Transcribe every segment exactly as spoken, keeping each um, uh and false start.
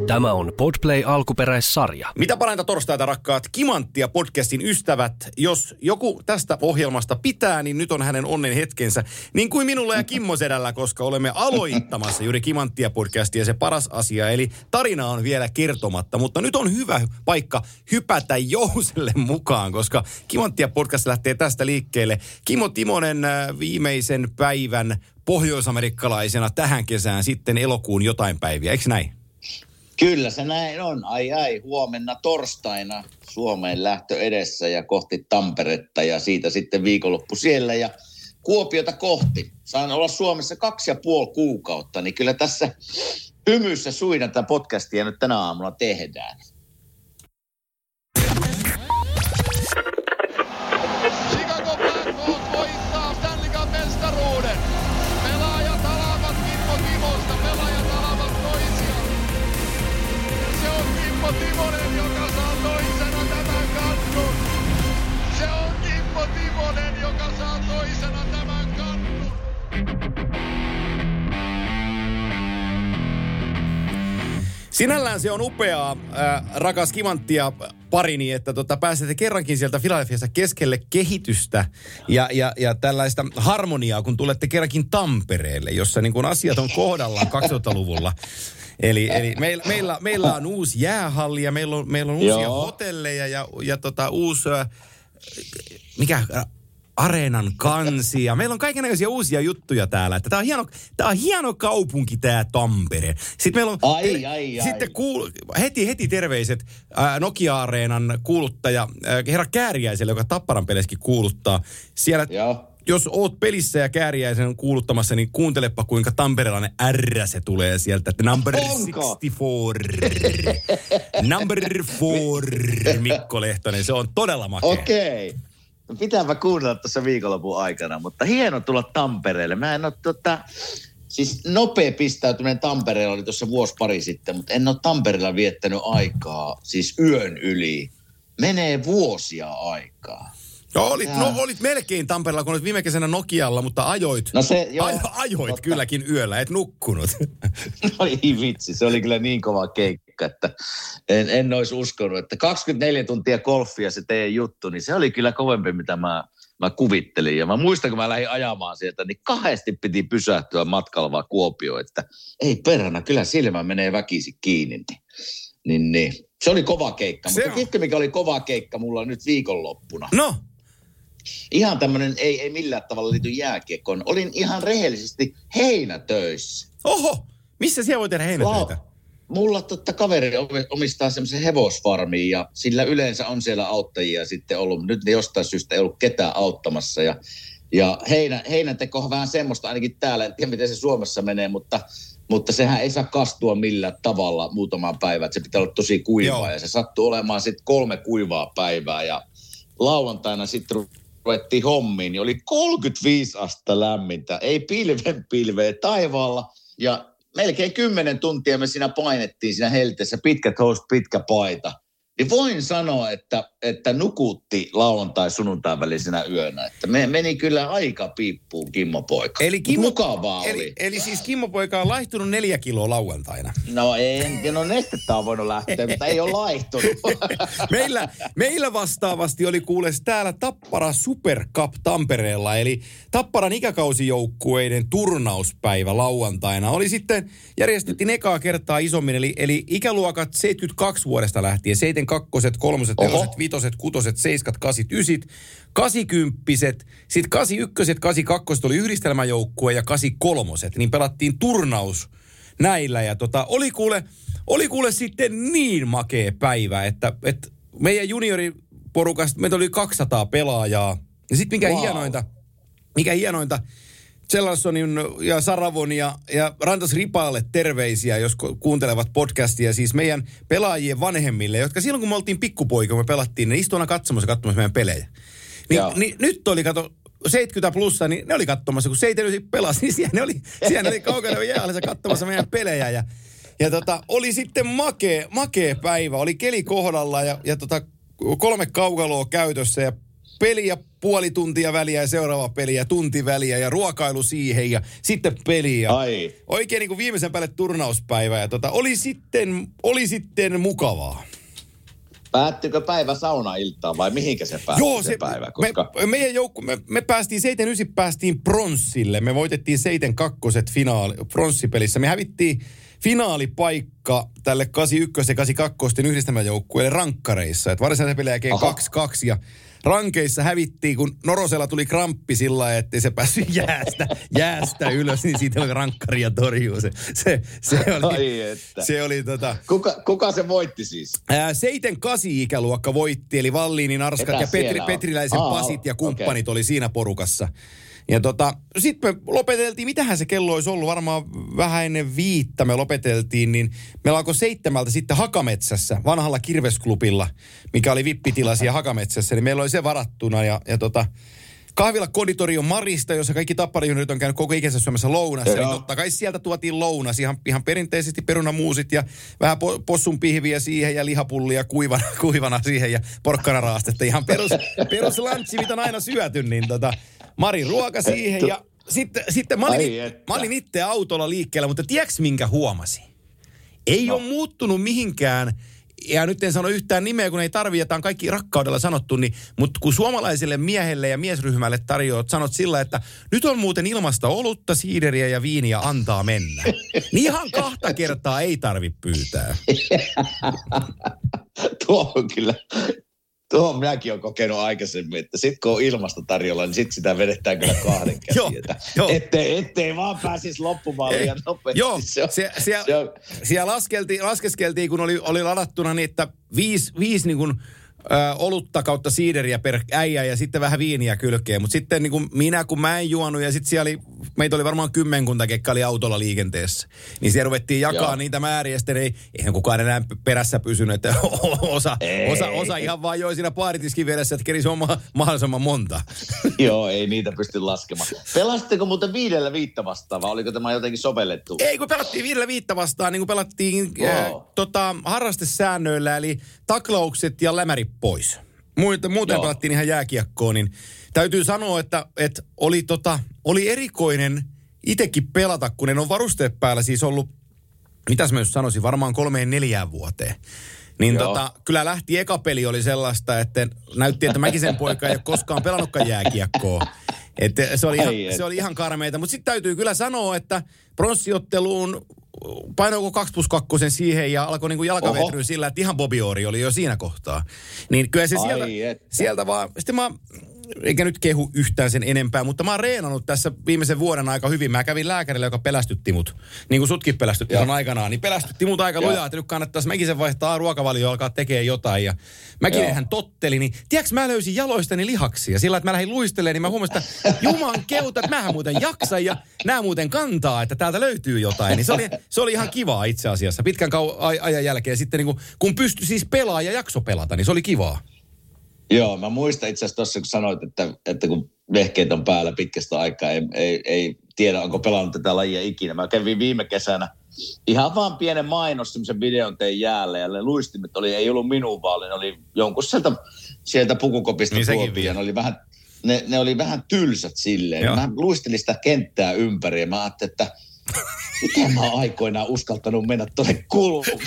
Tämä on Podplay alkuperäissarja. Mitä parhainta torstaita, rakkaat Kimanttia podcastin ystävät. Jos joku tästä ohjelmasta pitää, niin nyt on hänen onnen hetkensä. Niin kuin minulla ja Kimmo Sedällä, koska olemme aloittamassa juuri Kimanttia podcastia, se paras asia. Eli tarina on vielä kertomatta, mutta nyt on hyvä paikka hypätä jouselle mukaan, koska Kimanttia podcast lähtee tästä liikkeelle. Kimmo Timonen viimeisen päivän pohjoisamerikkalaisena tähän kesään sitten elokuun jotain päiviä, eikö näin? Kyllä se näin on. Ai ai, huomenna torstaina Suomeen lähtö edessä ja kohti Tamperetta ja siitä sitten viikonloppu siellä ja Kuopiota kohti. Saan olla Suomessa kaksi ja puoli kuukautta, niin kyllä tässä hymyssä suina tätä podcastia nyt tänä aamuna tehdään. Chicago Blackhawks voittaa Stanley Cup -mestaruuden. Pelaajat alavat Kimmo Timosta, pelaajat alavat toisiaan. Se on Kimmo Timonen, joka saa toisena tämän kannun. Se on Kimmo Timonen, joka saa toisena tämän kannun. Sinällään se on upeaa, äh, rakas Kimanttia parini, että tota, pääsette kerrankin sieltä Philadelphiasta keskelle kehitystä ja, ja, ja tällaista harmoniaa, kun tulette kerrankin Tampereelle, jossa niin kun asiat on kohdallaan kaksituhattaluvulla. Eli, eli meillä, meillä, meillä on uusi jäähalli ja meillä on, meillä on uusia Joo. hotelleja ja, ja tota, uusi, äh, mikä... areenan kansia. Meillä on kaikenlaisia uusia juttuja täällä. Tämä on hieno, tää on hieno kaupunki, tämä Tampere. Sitten meillä on ai, ai, ai. Sitten kuul, heti, heti terveiset ää, Nokia-areenan kuuluttaja ää, herra Kääriäiselle, joka Tapparan peleissäkin kuuluttaa. Siellä, Joo. jos oot pelissä ja Kääriäisen kuuluttamassa, niin kuuntelepa kuinka tamperelainen R se tulee sieltä. Number kuusikymmentäneljä. Number four, Mikko Lehtonen. Se on todella makea. Okei. Okay. No pitääpä kuunnella tuossa viikonlopun aikana, mutta hieno tulla Tampereelle. Mä en ole tota, siis nopea pistäytyminen Tampereella oli tuossa vuosi pari sitten, mutta en ole Tampereella viettänyt aikaa, siis yön yli. Menee vuosia aikaa. No olit, no olit melkein Tampereella, kun olit viime kesänä Nokialla, mutta ajoit, no se, joo, Ajo, ajoit totta. Kylläkin yöllä, et nukkunut. No ei vitsi, se oli kyllä niin kova keikka, että en, en olisi uskonut, että kaksikymmentäneljä tuntia golfia se teidän juttu, niin se oli kyllä kovempi, mitä mä, mä kuvittelin. Ja mä muistan, kun mä lähdin ajamaan sieltä, niin kahdesti piti pysähtyä matkalla vaan Kuopioon, että ei perhana, kyllä silmä menee väkisin kiinni. Niin, niin, niin. Se oli kova keikka, se mutta tiedätkö, mikä oli kova keikka mulla nyt viikonloppuna? No. Ihan tämmöinen, ei, ei millään tavalla liity jääkiekkoon. Olin ihan rehellisesti heinätöissä. Oho, missä siellä voi tehdä heinätöitä? La- Mulla totta kaveri omistaa semmoisen hevosfarmin ja sillä yleensä on siellä auttajia sitten ollut. Nyt jostain syystä ei ollut ketään auttamassa ja, ja heinä, heinänteko on vähän semmoista ainakin täällä. En tiedä, miten se Suomessa menee, mutta, mutta sehän ei saa kastua millään tavalla muutamaan päivään. Se pitää olla tosi kuivaa Joo. ja se sattuu olemaan sitten kolme kuivaa päivää ja lauantaina sitten ruvettiin hommiin, niin oli kolmekymmentäviisi astetta lämmintä, ei pilven pilveä taivaalla ja melkein kymmenen tuntia me siinä painettiin siinä helteessä, pitkät housut, pitkä paita. Niin voin sanoa, että, että nukutti lauantai sunnuntain välisenä yönä. Että me meni kyllä aika piippuun Kimmo poika. Eli Kimmo, mukavaa eli, oli. Eli siis Kimmo poika on laihtunut neljä kiloa lauantaina. No en, no nestettä on voinut lähteä, mutta ei ole laihtunut. meillä, meillä vastaavasti oli kuules täällä Tappara Super Cup Tampereella, eli Tapparan ikäkausijoukkueiden turnauspäivä lauantaina. Oli sitten, järjestettiin ekaa kertaa isommin, eli, eli ikäluokat seitsemänkymmentäkaksi vuodesta lähtien, seitsemänkymmentäkaksi, kolmoset, neloset, vitoset, kutoset, seiskat, kasit, ysit, kasikymppiset, sitten kasiykköset, kasikakkoset oli yhdistelmäjoukkue ja kasikolmoset, niin pelattiin turnaus näillä ja tota, oli kuule, oli kuule sitten niin makea päivä, että, että meidän junioriporukasta, meitä oli kaksisataa pelaajaa ja sitten mikä wow. hienointa, mikä hienointa, Chellassonin ja Saravon ja, ja Rantas Ripaalle terveisiä, jos kuuntelevat podcastia, siis meidän pelaajien vanhemmille, jotka silloin kun me oltiin pikkupoika, kun me pelattiin, ne istuina katsomassa katsomassa meidän pelejä. Niin, niin nyt oli, kato, seitsemänkymmentä plussa, niin ne oli katsomassa, kun seitsemänkymmentä pelasi, niin siellä ne oli, siellä ne oli kaukana jäällä katsomassa meidän pelejä. Ja, ja tota, oli sitten makea, makea päivä, oli keli kohdalla ja, ja tota, kolme kaukaloa käytössä ja peli ja puoli tuntia väliä ja seuraava peli ja tunti väliä ja ruokailu siihen ja sitten peli. Ja Ai. Oikein niin kuin viimeisen päälle turnauspäivä ja tota, oli, sitten, oli sitten mukavaa. Päättyykö päivä saunailtaan vai mihinkä se päättyi Joo, se, se päivä? Koska... me, meidän joukku, me, me päästiin seitsemän yhdeksän päästiin pronssille. Me voitettiin seitsemän kakkoset finaali, pronssipelissä. Me hävittiin finaalipaikka tälle kahdeksankymmentäyksi ja kahdeksankymmentäkaksi yhdistelmäjoukkueelle rankkareissa. Et varsinaisen pelin jälkeen kaksi kaksi ja rankeissa hävittiin, kun Norosella tuli kramppi sillä lailla, ettei se päässyt jäästä, jäästä ylös, niin siitä oli rankkaria torjuu. Se, se, se oli, se oli tota... Kuka, kuka se voitti siis? seitsemän kahdeksan ikäluokka voitti, eli Valliinin Arskat Etä ja Petri, Petriläisen Aa, Pasit ja kumppanit okay. oli siinä porukassa. Ja tota, sitten me lopeteltiin, mitähän se kello olisi ollut, varmaan vähän ennen viittä me lopeteltiin, niin meillä alkoi seitsemältä sitten Hakametsässä, vanhalla Kirvesklubilla, mikä oli vippitila siellä Hakametsässä, niin meillä oli se varattuna ja, ja tota, kahvila Konditori on Marista, jossa kaikki tapparijunnit on käynyt koko ikänsä Suomessa lounassa, niin totta kai sieltä tuotiin lounas, ihan, ihan perinteisesti perunamuusit ja vähän po, possun pihviä siihen ja lihapullia kuivana, kuivana siihen ja porkkanaraastetta, ihan perus, perus lunchi, mitä on aina syöty, niin tota... Marin ruoka siihen ja sitten, sitten mä, olin, mä olin itse autolla liikkeellä, mutta tiedätkö minkä huomasin? Ei no. ole muuttunut mihinkään, ja nyt en sano yhtään nimeä, kun ei tarvitse, että on kaikki rakkaudella sanottu, niin, mutta kun suomalaiselle miehelle ja miesryhmälle tarjoat, sanot sillä, että nyt on muuten ilmasta olutta, siideriä ja viiniä antaa mennä. Niin ihan kahta kertaa ei tarvitse pyytää. Tuo on kyllä... Tuohon minäkin olen kokenut aikaisemmin, että sitten kun on ilmasta tarjolla, niin sitten sitä vedetään kyllä kahden käsiä. Ettei, ettei vaan pääsisi loppumaan liian nopeasti. Joo, se, se, siellä, se on... siellä laskeltiin, laskeskeltiin, kun oli, oli ladattuna niin, että viisi, viisi niin kuin, ö, olutta kautta siideriä per äijä ja sitten vähän viiniä kylkeen. Mutta sitten niin kuin minä, kun mä en juonut ja sitten siellä oli, meitä oli varmaan kymmenkunta, kekka oli autolla liikenteessä. Niin siellä ruvettiin jakaa Joo. niitä määriä ja sitten ei, eihän kukaan enää perässä pysynyt, että osa, osa, osa ihan vaan joi siinä baaritiskin vieressä, että kerisi oma mahdollisimman monta. Joo, ei niitä pysty laskemaan. Pelasitteko muuten viidellä viittä vastaan vai oliko tämä jotenkin sovellettu? Ei, kun pelattiin viidellä viittä vastaan, niin kuin pelattiin wow. äh, tota, harrastesäännöillä, eli taklaukset ja lämärit pois. Muuten, muuten Joo. pelattiin ihan jääkiekkoon, niin täytyy sanoa, että, että oli, tota, oli erikoinen itsekin pelata, kun en ole varusteet päällä siis ollut, mitäs mä just sanoisin, varmaan kolmeen neljään vuoteen. Niin tota, kyllä lähti eka peli oli sellaista, että näytti, että Mäkisen poika ei ole koskaan pelannutkaan jääkiekkoa. Että se oli ihan, se oli ihan karmeita. Mutta sitten täytyy kyllä sanoa, että pronssiotteluun painoiko kaksi plus kaksi siihen ja alkoi niinku jalkavetryä sillä, että ihan Bobby Orri oli jo siinä kohtaa. Niin kyllä se sieltä, sieltä vaan, sitten mä, eikä nyt kehu yhtään sen enempää, mutta mä oon reenannut tässä viimeisen vuoden aika hyvin. Mä kävin lääkärillä, joka pelästytti mut, niin kuin sutkin pelästytti on aikanaan, niin pelästytti mut aika lujaa, että nyt kannattaisi Mäkisen vaihtaa ruokavalio, alkaa tekemään jotain. Ja Mäkinen hän totteli, niin tiedätkö mä löysin jaloistani lihaksia sillä, että mä lähdin luistelemaan, niin mä huomasin, että juman keuta, että mähän muuten jaksan ja nää muuten kantaa, että täältä löytyy jotain. Niin se oli, se oli ihan kivaa itse asiassa pitkän kau- ajan jälkeen sitten, niin kun, kun pystyi siis pelaamaan ja jakso pelata, niin se oli kivaa. Joo, mä muistan itse asiassa tuossa, kun sanoit, että, että kun vehkeet on päällä pitkästä aikaa, ei, ei, ei tiedä, onko pelannut tätä lajia ikinä. Mä kävin viime kesänä ihan vaan pienen mainos, semmoisen videon tein jäälle, ja ne luistimet oli, ei ollut minun vaan, ne oli jonkun sieltä, sieltä pukukopista niin tuotiin, ja ne oli vähän, ne, ne oli vähän tylsät silleen. Mä luistelin sitä kenttää ympäri, ja mä ajattelin, että miten mä oon aikoinaan uskaltanut mennä tuonne kulmiin?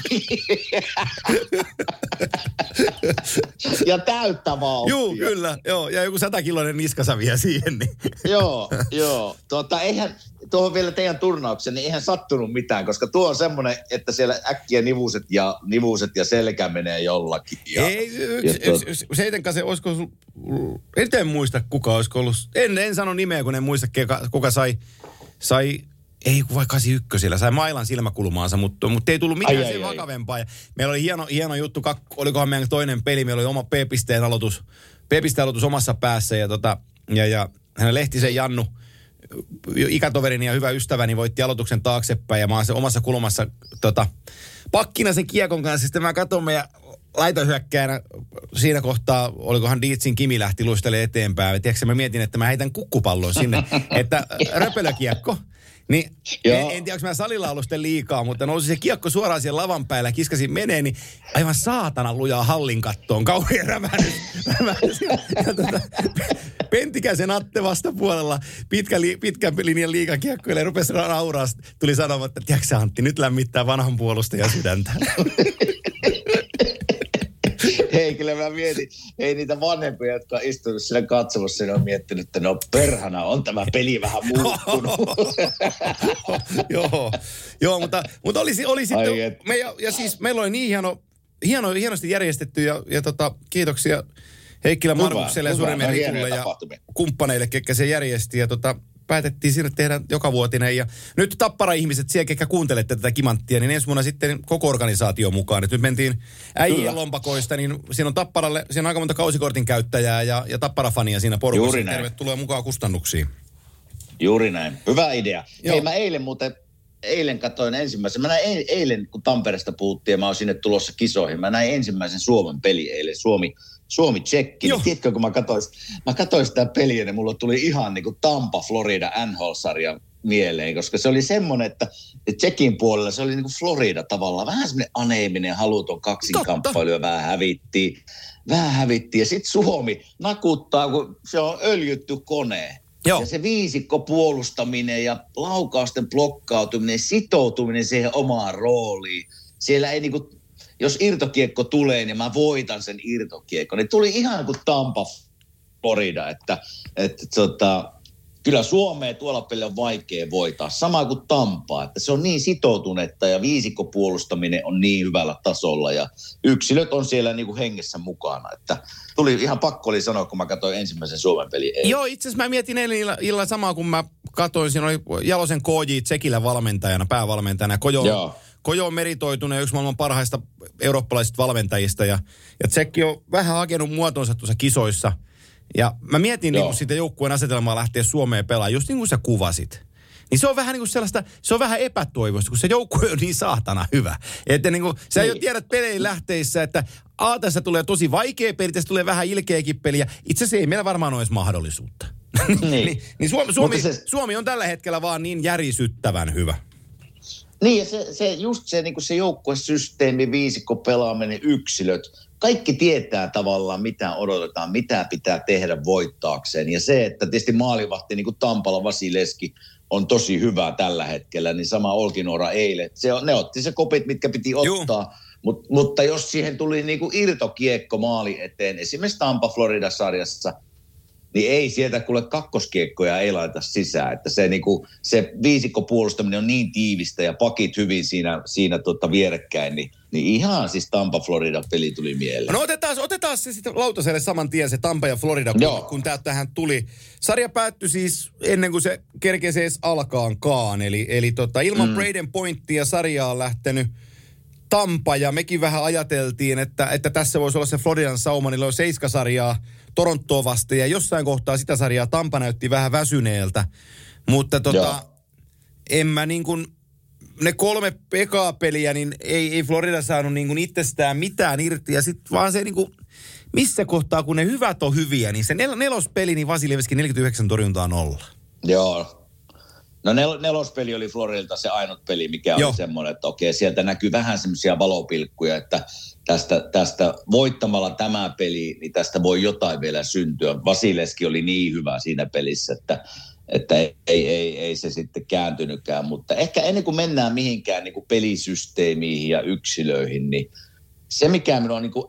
Ja täyttä vauhtia. Joo, kyllä. Joo. Ja joku satakiloinen niskasa vielä siihen. Niin. Joo, joo. Tuota, eihän, tuohon vielä teidän turnaukseen, niin eihän sattunut mitään, koska tuo on semmoinen, että siellä äkkiä nivuset ja, nivuset ja selkä menee jollakin. Ja, ei, yksi, tuot... yksi, seiten kanssa, olisiko, en muista kuka olisiko ollut, en, en sano nimeä, kun en muista kuka, kuka sai, sai ei kun vai kahdeksankymmentäyksi siellä, sai mailan silmäkulmaansa, mutta, mutta ei tullut mitään sen vakavempaa. Ja meillä oli hieno, hieno juttu, kak, olikohan meidän toinen peli, meillä oli oma P-pisteen aloitus, P-pisteen aloitus omassa päässä ja, tota, ja, ja hänen Lehtisen Jannu, ikätoverini ja hyvä ystäväni, voitti aloituksen taaksepäin ja mä oon se omassa kulmassa tota, pakkina sen kiekon kanssa. Sitten mä katson meidän laitohyökkäänä siinä kohtaa, olikohan Dietsin Kimi lähti luistelemaan eteenpäin. Ja tiedätkö, mä mietin, että mä heitän kukkupallon sinne, että röpelökiekko. Niin, en, en tiedä, onko mä salilla ollut sitten liikaa, mutta nousi se kiekko suoraan siellä lavan päällä ja kiskasin menee, niin aivan saatana lujaa hallin kattoon. Kauhean rämähdys. rämähdys. Ja, ja tota, Pentikäisen Atte vastapuolella pitkä, li, pitkän linjan liikakiekkoille rupesi nauraa. Tuli sanomaan, että tiedätkö Antti, nyt lämmittää vanhan puolustajan sydäntä. Hei, kyllä mä mietin, ei niitä vanhempia, jotka on istunut siinä katsomassa, ne on miettinyt, että no perhana, on tämä peli vähän muuttunut. Joo, joo, mutta, mutta oli, oli sitten, me, ja, ja siis meillä oli niin hieno, hieno hienosti järjestetty ja, ja tota, kiitoksia Heikkilä Markukselle ja Suurimies Rikulle ja kumppaneille, ketkä se järjesti ja tota, päätettiin sinne tehdä jokavuotinen. Ja nyt Tappara-ihmiset siellä, ketkä kuuntelette tätä kimanttia, niin ensi vuonna sitten koko organisaatio mukaan. Et nyt mentiin äijien lompakoista, niin siinä on Tapparalle, siinä on aika monta kausikortin käyttäjää ja, ja Tappara-fania siinä porukassa. Tervetuloa mukaan kustannuksiin. Juuri näin. Hyvä idea. Joo. Hei, mä eilen muuten, eilen katsoin ensimmäisen, mä näin eilen, kun Tampereesta puhuttiin ja mä oon sinne tulossa kisoihin, mä näin ensimmäisen Suomen peli eilen, Suomi Suomi-tsekki, niin tiedätkö, kun mä katsoin, mä katsoin sitä peliä, niin mulla tuli ihan niin kuin Tampa, Florida, N H L-sarja mieleen, koska se oli semmoinen, että tsekin puolella se oli niin kuin Florida tavallaan, vähän semmoinen aneeminen, haluton kaksinkamppailu ja vähän hävittiin, vähän hävittiin. Ja sitten Suomi nakuttaa, kun se on öljytty kone. Joo. Ja se viisikko puolustaminen ja laukausten blokkautuminen, sitoutuminen siihen omaan rooliin, siellä ei niinku, jos irtokiekko tulee, niin mä voitan sen irtokiekko. Ne tuli ihan kuin Tampa, Florida, että, että tota, kyllä Suomea tuolla pelillä on vaikea voittaa. Sama kuin Tampaa, että se on niin sitoutunetta ja viisikkopuolustaminen on niin hyvällä tasolla ja yksilöt on siellä niin kuin hengessä mukana. Että tuli ihan pakko oli sanoa, kun mä katsoin ensimmäisen Suomen pelin. Ei. Joo, itse asiassa mä mietin eilen illalla samaa, kun mä katsoin, siinä oli Jalosen K J Tsekillä valmentajana, päävalmentajana. Kojo, Joo. Kojo on meritoitunut ja yksi maailman parhaista eurooppalaisista valmentajista ja, ja Tsekki on vähän hakenut muotonsa tuossa kisoissa. Ja mä mietin niin sitä joukkueen asetelmaa lähteä Suomeen pelaamaan, just niin kuin sä kuvasit. Niin se on vähän niin kuin sellaista, se on vähän epätoivoista, kun se joukkue on niin saatana hyvä. Että niin kuin, sä niin. jo tiedät pelein lähteissä, että A, tässä tulee tosi vaikea peli, tässä tulee vähän ilkeäkin peliä. Itse asiassa ei meillä varmaan ole edes mahdollisuutta. Niin. niin, niin Suomi, Suomi, se, Suomi on tällä hetkellä vaan niin järisyttävän hyvä. Niin ja se, se just se, niin kuin se joukkuesysteemi, viisikko pelaaminen, yksilöt. Kaikki tietää tavallaan, mitä odotetaan, mitä pitää tehdä voittaakseen. Ja se, että tietysti maalivahti, niin kuin Tampala Vasilevski, on tosi hyvä tällä hetkellä, niin sama Olkinuora eilen. Se on, ne otti se kopit, mitkä piti ottaa, Mut, mutta jos siihen tuli niin kuin irtokiekko maali eteen, esimerkiksi Tampa Florida-sarjassa, niin ei sieltä kuule kakkoskiekkoja ei laita sisään. Että se, niin kuin, se viisikko puolustaminen on niin tiivistä ja pakit hyvin siinä, siinä tota vierekkäin, niin, niin ihan siis Tampa Florida peli tuli mieleen. No otetaan, otetaan se sitten lautaselle saman tien se Tampa ja Florida, kun, kun tää tähän tuli. Sarja päättyi siis ennen kuin se kerkesi edes alkaankaan. Eli, eli tota, ilman mm. Braden Pointtia sarjaa on lähtenyt Tampa ja mekin vähän ajateltiin, että, että tässä voisi olla se Floridan sauma, niillä on seiskasarjaa Torontoa vastaan ja jossain kohtaa sitä sarjaa Tampa näytti vähän väsyneeltä, mutta tota, en mä niin kuin, ne kolme ekaa peliä, niin ei, ei Florida saanut niin kuin itsestään mitään irti ja sitten vaan se niin kuin, missä kohtaa kun ne hyvät on hyviä, niin se nel, nelospeli, niin Vasilevski neljäkymmentäyhdeksän torjuntaa nolla. Joo. No nel, nelospeli oli Floridalta se ainut peli, mikä oli Joo. semmoinen, että okei, sieltä näkyy vähän semmoisia valopilkkuja, että tästä, tästä voittamalla tämä peli, niin tästä voi jotain vielä syntyä. Vasilevski oli niin hyvä siinä pelissä, että, että ei, ei, ei, ei se sitten kääntynytkään. Mutta ehkä ennen kuin mennään mihinkään niin kuin pelisysteemiin ja yksilöihin, niin se mikä minua niin kuin,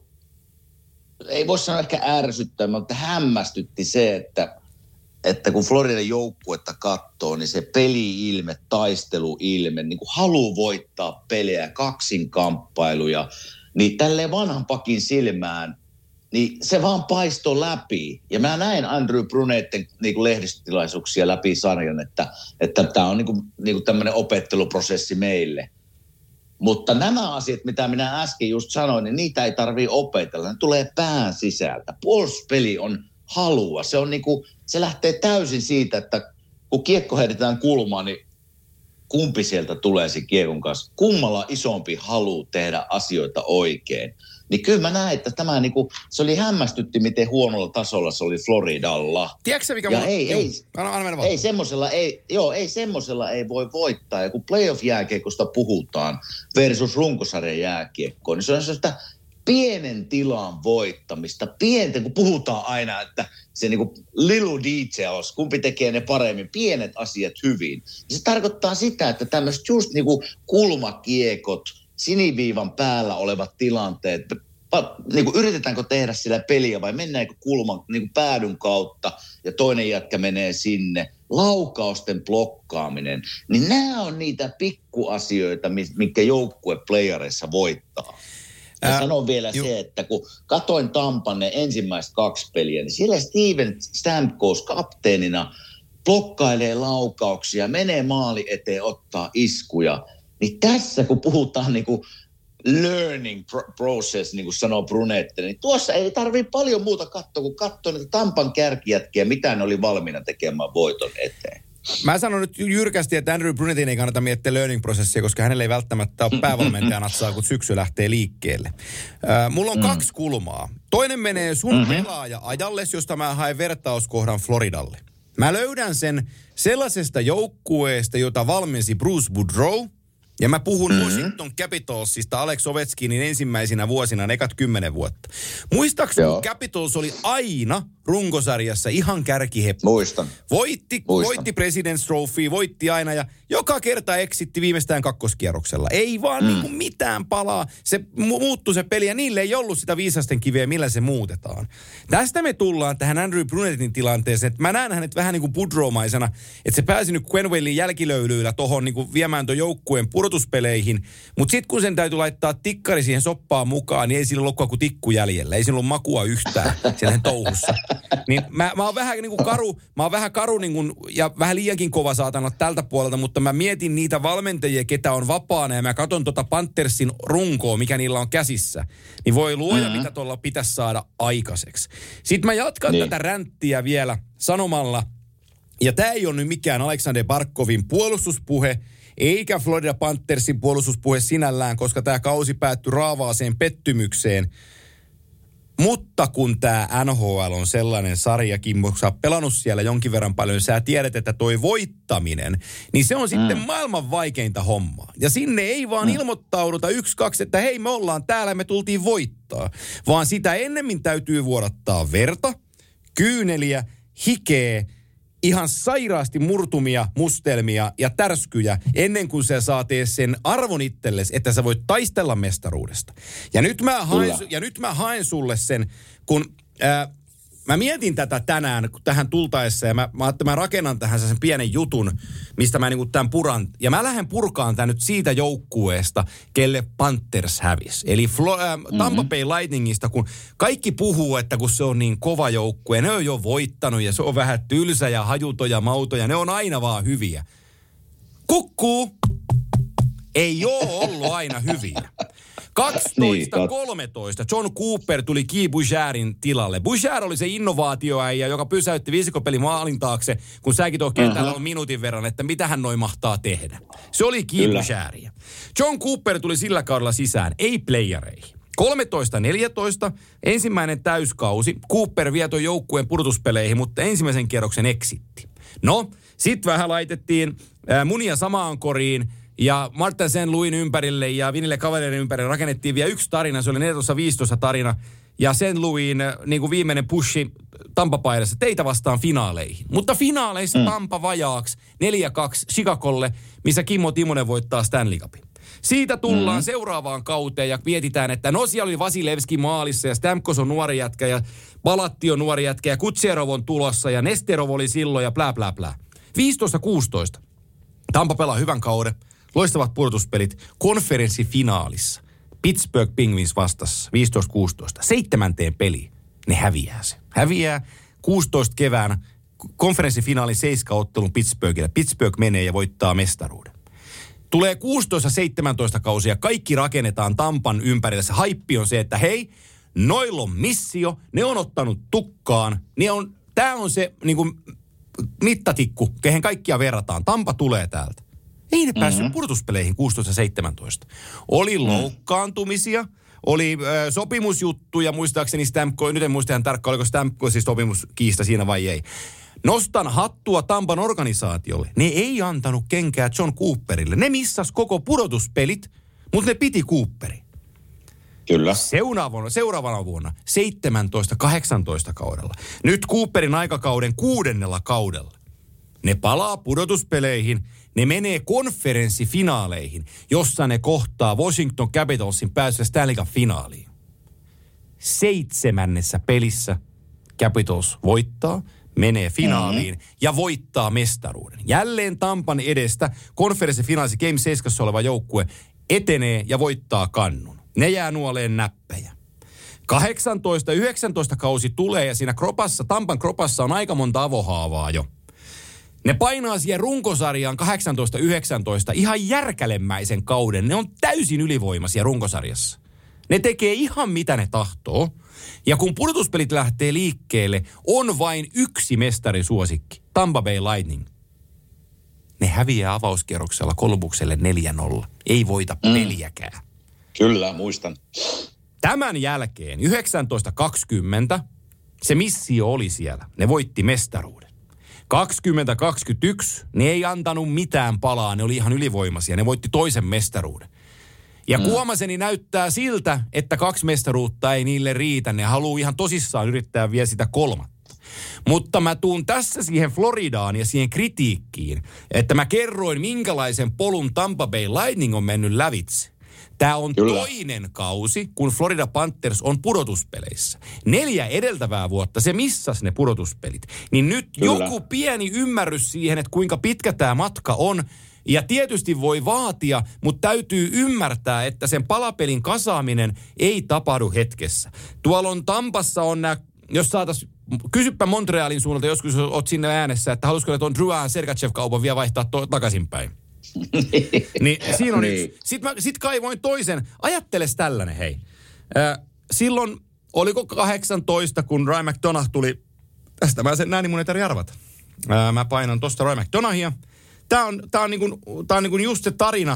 ei voi sanoa ehkä ärsyttää, mutta hämmästytti se, että että kun Floridan joukkuetta katsoo, niin se peli-ilme, taisteluilme, niin kuin halu voittaa pelejä, kaksinkamppailuja, niin tälleen vanhan pakin silmään, niin se vaan paistoi läpi. Ja mä näin Andrew Brunetten niin kuin lehdistötilaisuuksia läpi sarjan, että että tämä on niin kuin, niin kuin tämmöinen opetteluprosessi meille. Mutta nämä asiat, mitä minä äsken just sanoin, niin niitä ei tarvitse opetella. Ne tulee pään sisältä. Puolustuspeli on halua. Se on niin kuin, se lähtee täysin siitä, että kun kiekko heitetään kulmaan, niin kumpi sieltä tulee se kiekon kanssa? Kummalla isompi halu tehdä asioita oikein? Niin kyllä mä näen, että tämä niinku, se oli hämmästytti, miten huonolla tasolla se oli Floridalla. Tiedätkö mikä ja mulla... ei, ei, anna, anna ei semmosella ei, joo, ei semmosella ei voi voittaa. Ja kun playoff-jääkiekosta puhutaan versus runkosarjan jääkiekkoon, niin se on sellaista pienen tilan voittamista. Pienten, kun puhutaan aina, että se niinku little details, kumpi tekee ne paremmin, pienet asiat hyvin. Ja se tarkoittaa sitä, että tämmöiset just niinku kulmakiekot, siniviivan päällä olevat tilanteet, niin kuin yritetäänkö tehdä sillä peliä vai mennäänkö kulman niin kuin päädyn kautta ja toinen jätkä menee sinne, laukausten blokkaaminen, niin nämä on niitä pikkuasioita, mitkä joukkue playereissa voittaa. Ja Ää, sanon vielä ju- se, että kun katoin Tampan ne ensimmäiset kaksi peliä, niin siellä Steven Stamkos kapteenina blokkailee laukauksia, menee maali eteen, ottaa iskuja. Niin tässä kun puhutaan niin kuin learning process, niin kuin sanoo Brunette, niin tuossa ei tarvitse paljon muuta katsoa, kun katsoo niitä Tampan kärkijätkiä, mitä ne oli valmiina tekemään voiton eteen. Mä sanon nyt jyrkästi, että Andrew Brunettin ei kannata miettiä learning-prosessia, koska hänellä ei välttämättä ole päävalmentajan atsaa, kun syksy lähtee liikkeelle. Äh, mulla on mm. kaksi kulmaa. Toinen menee sun mm-hmm. pelaaja-ajalle, josta mä haen vertauskohdan Floridalle. Mä löydän sen sellaisesta joukkueesta, jota valmensi Bruce Boudreau. Ja mä puhun mm-hmm. Washington Capitalsista Alex Ovechkinin ensimmäisinä vuosina, ne ekat kymmenen vuotta. Muistaakseni Capitals oli aina runkosarjassa ihan kärkiheppu. Muistan. Voitti, Muistan. voitti President's Trophy, voitti aina ja joka kerta eksitti viimeistään kakkoskierroksella. Ei vaan mm. niin kuin mitään palaa. Se mu- muuttui se peli ja niille ei ollut sitä viisasten kiveä, millä se muutetaan. Tästä me tullaan tähän Andrew Brunettin tilanteeseen, että mä näen hänet vähän niin kuin Boudreau-maisena, että se pääsi nyt Quennevillin jälkilöylyillä tohon niin kuin viemään ton joukkueen pudotuspeleihin, mutta sitten kun sen täytyy laittaa tikkari siihen soppaan mukaan, niin ei sillä ole kuin tikku jäljellä. Ei sillä ole makua yhtään siellä touhussa. Niin mä, mä oon vähän niin kuin karu, mä oon vähän karu niin kuin, ja vähän liiankin kova saatana tältä puolelta, mutta mä mietin niitä valmentajia, ketä on vapaana, ja mä katson tota Panthersin runkoa, mikä niillä on käsissä. Niin voi luoja, mm-hmm. mitä tuolla pitäisi saada aikaiseksi. Sitten mä jatkan niin. tätä ränttiä vielä sanomalla, ja tää ei ole nyt mikään Aleksander Barkovin puolustuspuhe, eikä Florida Panthersin puolustuspuhe sinällään, koska tämä kausi päättyi raavaaseen pettymykseen. Mutta kun tämä N H L on sellainen sarja, Kimmo, sä oot pelannut siellä jonkin verran paljon, sä tiedät, että toi voittaminen, niin se on sitten mm. maailman vaikeinta hommaa. Ja sinne ei vaan mm. ilmoittauduta yksi, kaksi, että hei, me ollaan täällä, me tultiin voittaa. Vaan sitä ennemmin täytyy vuodattaa verta, kyyneliä, hikeä, ihan sairaasti murtumia, mustelmia ja tärskyjä ennen kuin sä saat edes sen arvon itsellesi, että sä voit taistella mestaruudesta. Ja nyt mä haen, ja nyt mä haen sulle sen, kun ää, mä mietin tätä tänään tähän tultaessa ja mä, mä, mä rakennan tähän sen pienen jutun, mistä mä niinku tämän puran. Ja mä lähden purkaan tämän nyt siitä joukkueesta, kelle Panthers hävisi. Eli Flo, äh, Tampa Bay Lightningista, kun kaikki puhuu, että kun se on niin kova joukkue, ne on jo voittanut ja se on vähän tylsä ja hajuto ja mauto ja ne on aina vaan hyviä. Kukkuu! Ei ole ollut aina hyviä. kaksitoista kolmetoista John Cooper tuli Guy Bouchardin tilalle. Bouchard oli se innovaatioäijä, joka pysäytti viisikopeli maalin taakse, kun säkin tuo kentällä on minuutin verran, että mitä hän noin mahtaa tehdä. Se oli Guy Bouchardia. John Cooper tuli sillä kaudella sisään, ei playereihin. kolmetoista neljätoista ensimmäinen täyskausi. Cooper vietoi joukkueen pudotuspeleihin, mutta ensimmäisen kierroksen eksitti. No, sitten vähän laitettiin äh, munia samaan koriin. Ja Martin Saint Louisin ympärille ja Vinille Cavalierin ympärille rakennettiin vielä yksi tarina. Se oli neljätoista viisitoista tarina. Ja Saint Louisin niin kuin viimeinen pushi Tampa-paidassa teitä vastaan finaaleihin. Mutta finaaleissa mm. Tampa vajaaksi neljä kaksi Chicagolle, missä Kimmo Timonen voittaa Stanley Cupin. Siitä tullaan mm. seuraavaan kauteen ja mietitään, että no siellä oli Vasilevski maalissa ja Stamkos on nuori jätkä ja Palatti on nuori jätkä ja Kutserov on tulossa ja Nesterov oli silloin ja plää plää plää. viisitoista kuusitoista Tampa pelaa hyvän kauden. Loistavat pudotuspelit konferenssifinaalissa. Pittsburgh Penguins vastassa viisitoista kuusitoista Seitsemänteen peliin ne häviää se. Häviää kuusitoista keväänä konferenssifinaalin seiskaottelun Pittsburghille. Pittsburgh menee ja voittaa mestaruuden. Tulee kuusitoista seitsemäntoista kausia, kaikki rakennetaan Tampan ympärillä. Se haippi on se, että hei, noilla on missio, ne on ottanut tukkaan. Ne on, tää on se niin kuin mittatikku, kehen kaikkia verrataan. Tampa tulee täältä. Ei ne päässyt mm-hmm. pudotuspeleihin kuusitoista seitsemäntoista Oli mm. loukkaantumisia, oli ö, sopimusjuttuja, muistaakseni Stamkos, nyt en muista ihan tarkkaan, oliko Stamkosin sopimuskiista siinä vai ei. Nostan hattua Tampan organisaatiolle. Ne ei antanut kenkää John Cooperille. Ne missas koko pudotuspelit, mutta ne piti Cooperi. Kyllä. Seuraavana, seuraavana vuonna, seitsemäntoista kahdeksantoista kaudella. Nyt Cooperin aikakauden kuudennella kaudella. Ne palaa pudotuspeleihin, ne menee konferenssifinaaleihin, jossa ne kohtaa Washington Capitalsin pääsyä Stanley Cup-finaaliin. Seitsemännessä pelissä Capitals voittaa, menee finaaliin mm-hmm. ja voittaa mestaruuden. Jälleen Tampan edestä konferenssifinaalissa Game seitsemän oleva joukkue etenee ja voittaa kannun. Ne jää nuoleen näppejä. kahdeksantoista yhdeksäntoista kausi tulee ja siinä kropassa, Tampan kropassa on aika monta avohaavaa jo. Ne painaa siihen runkosarjaan kahdeksantoista yhdeksäntoista ihan järkälemmäisen kauden. Ne on täysin ylivoimaisia runkosarjassa. Ne tekee ihan mitä ne tahtoo. Ja kun pudotuspelit lähtee liikkeelle, on vain yksi mestarisuosikki. Tampa Bay Lightning. Ne häviää avauskierroksella Kolumbukselle neljä nolla. Ei voita mm. peliäkään. Kyllä, muistan. Tämän jälkeen yhdeksäntoista kaksikymmentä se missio oli siellä. Ne voitti mestaruuden. kaksikymmentä kaksikymmentäyksi ne ei antanut mitään palaa. Ne oli ihan ylivoimaisia. Ne voitti toisen mestaruuden. Ja mm. Kuomaseni näyttää siltä, että kaksi mestaruutta ei niille riitä. Ne haluaa ihan tosissaan yrittää vielä sitä kolmatta. Mutta mä tuun tässä siihen Floridaan ja siihen kritiikkiin, että mä kerroin, minkälaisen polun Tampa Bay Lightning on mennyt lävitse. Tämä on Kyllä. toinen kausi, kun Florida Panthers on pudotuspeleissä. Neljä edeltävää vuotta se missasi ne pudotuspelit. Niin nyt Kyllä. joku pieni ymmärrys siihen, että kuinka pitkä tämä matka on. Ja tietysti voi vaatia, mutta täytyy ymmärtää, että sen palapelin kasaaminen ei tapahdu hetkessä. Tuolla on Tampassa on nämä, jos saataisiin, kysyppä Montrealin suunnalta, joskus oot sinne äänessä, että haluaisiko tuon Drouin Sergachev-kaupan vielä vaihtaa to- takaisinpäin. Niin siinä on niin. yksi. Sitten mä sit kaivoin toisen. Ajatteles tällainen, hei. Äh, silloin, oliko kahdeksantoista, kun Ryan McDonough tuli, tästä mä sen näin, niin mun ei tarvitse arvata. Äh, mä painan tosta Ryan McDonoughia. Tää on, tää on, niinku, tää on niinku just se tarina,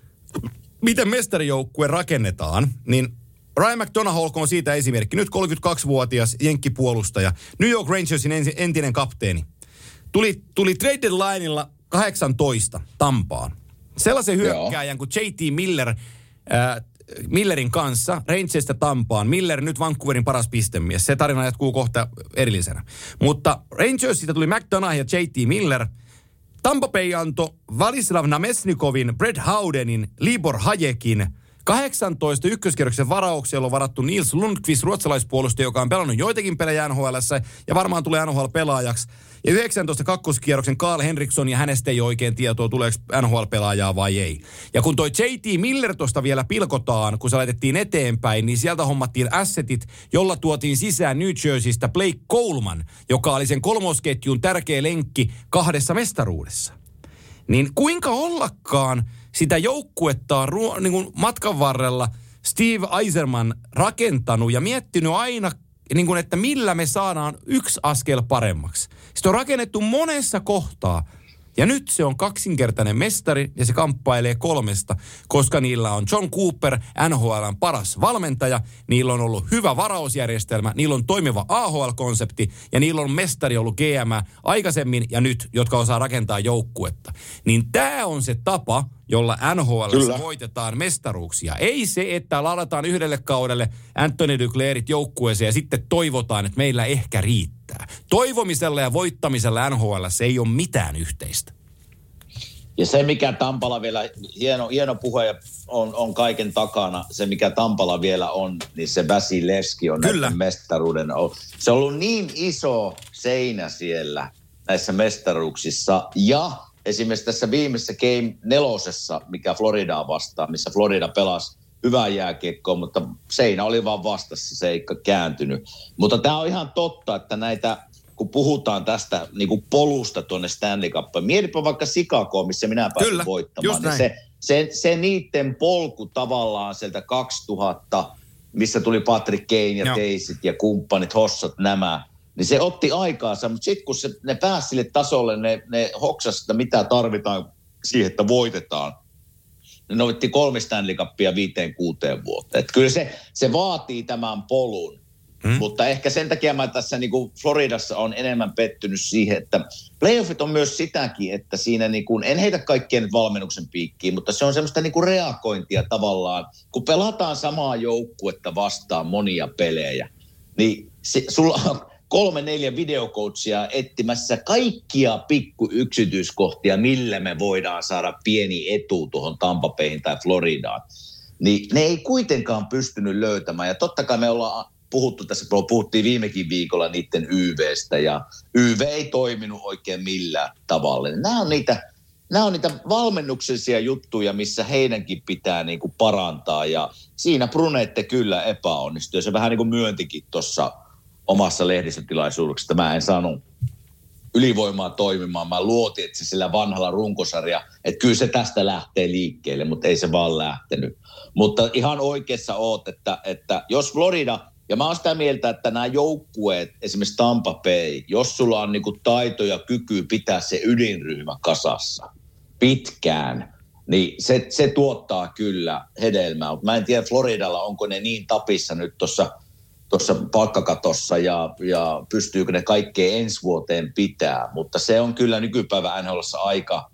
miten mestarijoukkue rakennetaan, niin Ryan McDonough olkoon siitä esimerkki. Nyt kolmekymmentäkaksivuotias jenkkipuolustaja, New York Rangersin entinen kapteeni. Tuli, tuli trade deadlineilla kahdeksantoista Tampaan. Sellaisen hyökkääjän kuin J T Miller, äh, Millerin kanssa Rangersista Tampaan. Miller nyt Vancouverin paras pistemies. Se tarina jatkuu kohta erillisenä. Mutta Rangersista tuli McDonough ja J T Miller. Tampa Bay antoi Vladislav Namestnikovin, Brett Howdenin, Libor Hajekin, kahdeksantoista ykköskierroksen varauksella on varattu Nils Lundqvist, ruotsalaispuolustaja, joka on pelannut joitakin pelejä N H L:ssä ja varmaan tulee N H L-pelaajaksi. Ja yhdeksäntoista kakkoskierroksen Carl Henriksson ja hänestä ei oikein tietoa, tuleeko N H L-pelaajaa vai ei. Ja kun toi J T Miller tosta vielä pilkotaan, kun se laitettiin eteenpäin, niin sieltä hommattiin assetit, jolla tuotiin sisään New Jerseystä Blake Coleman, joka oli sen kolmosketjun tärkeä lenkki kahdessa mestaruudessa. Niin kuinka ollakaan sitä joukkuetta on ruo- niin kuin matkan varrella Steve Yzerman rakentanut ja miettinyt aina, niin kuin, että millä me saadaan yksi askel paremmaksi. Sitä on rakennettu monessa kohtaa. Ja nyt se on kaksinkertainen mestari ja se kamppailee kolmesta, koska niillä on John Cooper, N H L:n paras valmentaja, niillä on ollut hyvä varausjärjestelmä, niillä on toimiva A H L-konsepti ja niillä on mestari ollut G M aikaisemmin ja nyt, jotka osaa rakentaa joukkuetta. Niin tämä on se tapa, jolla N H L:ssä voitetaan mestaruuksia. Ei se, että ladataan yhdelle kaudelle Anthony Duclairit joukkueeseen ja sitten toivotaan, että meillä ehkä riittää. Toivomisella ja voittamisella N H L:ssä ei ole mitään yhteistä. Ja se, mikä Tampalla vielä, hieno, hieno puhe on, on kaiken takana, se mikä Tampalla vielä on, niin se Vasilevski on Kyllä. näiden mestaruuden. Se on ollut niin iso seinä siellä näissä mestaruuksissa ja esimerkiksi tässä viimeisessä Game nelosessa, mikä Floridaa vastaan, missä Florida pelasi hyvää jääkiekkoa, mutta seinä oli vaan vastassa, se ei kääntynyt. Mutta tämä on ihan totta, että näitä, kun puhutaan tästä niin kuin polusta tuonne Stanley Cupiin, mietipä vaikka Chicagoa, missä minä pääsin Kyllä, voittamaan. Niin se, se, se niiden polku tavallaan sieltä kaksituhatta, missä tuli Patrick Kane ja no. Teisit ja kumppanit, Hossat, nämä, niin se otti aikaansa, mutta sitten kun se, ne pääsi sille tasolle, ne, ne hoksasivat, että mitä tarvitaan siihen, että voitetaan, ne voitti kolme Stanley Cupia viiteen kuuteen vuoteen. Että kyllä se, se vaatii tämän polun. Hmm. Mutta ehkä sen takia mä tässä niin kuin Floridassa on enemmän pettynyt siihen, että playoffit on myös sitäkin, että siinä niin kuin, en heitä kaikkea nyt valmennuksen piikkiin, mutta se on semmoista niin kuin reagointia tavallaan, kun pelataan samaa joukkuetta vastaan monia pelejä, niin se, sulla on kolme, neljä videocoachia etsimässä kaikkia pikku yksityiskohtia, millä me voidaan saada pieni etu tuohon Tampa Bayhin tai Floridaan. Niin ne ei kuitenkaan pystynyt löytämään. Ja totta kai me ollaan puhuttu tässä, puhuttiin viimekin viikolla niiden Y V:stä ja Y V ei toiminut oikein millään tavalla. Nämä on niitä, nämä on niitä valmennuksellisia juttuja, missä heidänkin pitää niin kuin parantaa ja siinä Brunette kyllä epäonnistui. Ja se vähän niin kuin myöntikin tuossa omassa lehdistötilaisuudessa, että mä en saanut ylivoimaa toimimaan. Mä luotin, että se sillä vanhalla runkosarja, että kyllä se tästä lähtee liikkeelle, mutta ei se vaan lähtenyt. Mutta ihan oikeassa oot, että, että jos Florida, ja mä oon sitä mieltä, että nämä joukkueet, esimerkiksi Tampa Bay, jos sulla on niinku taito ja kyky pitää se ydinryhmä kasassa pitkään, niin se, se tuottaa kyllä hedelmää. Mutta mä en tiedä Floridalla, onko ne niin tapissa nyt tuossa tuossa palkkakatossa ja, ja pystyykö ne kaikkea ensi vuoteen pitää. Mutta se on kyllä nykypäivä N H L:ssä aika,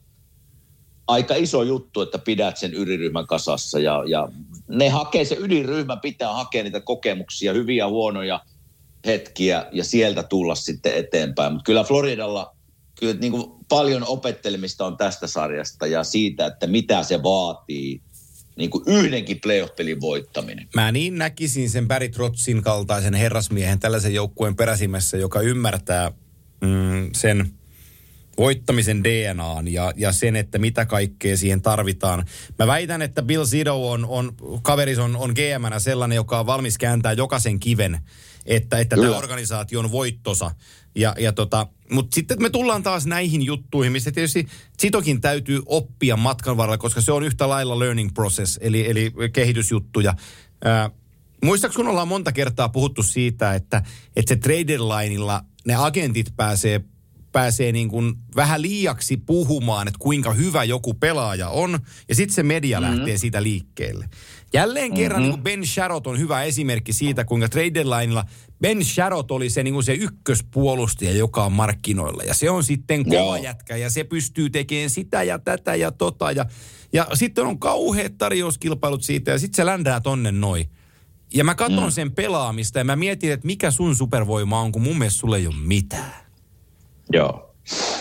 aika iso juttu, että pidät sen ydinryhmän kasassa. Ja, ja ne hakee, se ydinryhmä pitää hakea niitä kokemuksia, hyviä huonoja hetkiä ja sieltä tulla sitten eteenpäin. Mutta kyllä Floridalla kyllä niin kuin paljon opettelemista on tästä sarjasta ja siitä, että mitä se vaatii. Niin kuin yhdenkin playoff-pelin voittaminen. Mä niin näkisin sen Barry Trotzin kaltaisen herrasmiehen tällaisen joukkueen peräsimessä, joka ymmärtää mm, sen voittamisen D N A:n ja, ja sen, että mitä kaikkea siihen tarvitaan. Mä väitän, että Bill Zito on, on kaveris on, on G M:nä sellainen, joka on valmis kääntää jokaisen kiven, että, että tämä organisaatio on voittosa. Ja, ja tota, mutta sitten me tullaan taas näihin juttuihin, missä tietysti Zitokin täytyy oppia matkan varrella, koska se on yhtä lailla learning process, eli, eli kehitysjuttuja. Ää, muistaaks, kun ollaan monta kertaa puhuttu siitä, että, että se trade deadlineilla ne agentit pääsee pääsee niin kuin vähän liiaksi puhumaan, että kuinka hyvä joku pelaaja on, ja sitten se media mm-hmm. lähtee siitä liikkeelle. Jälleen kerran mm-hmm. niin kuin Ben Sherratt on hyvä esimerkki siitä, kuinka trade deadlinella Ben Sherratt oli se, niin kuin se ykköspuolustaja, joka on markkinoilla, ja se on sitten kova Joo. jätkä, ja se pystyy tekemään sitä ja tätä ja tota, ja, ja sitten on kauheat tarjouskilpailut siitä, ja sitten se ländää tonne noin. Ja mä katson mm. sen pelaamista, ja mä mietin, että mikä sun supervoima on, kun mun mielestä sulla ei ole mitään. Joo.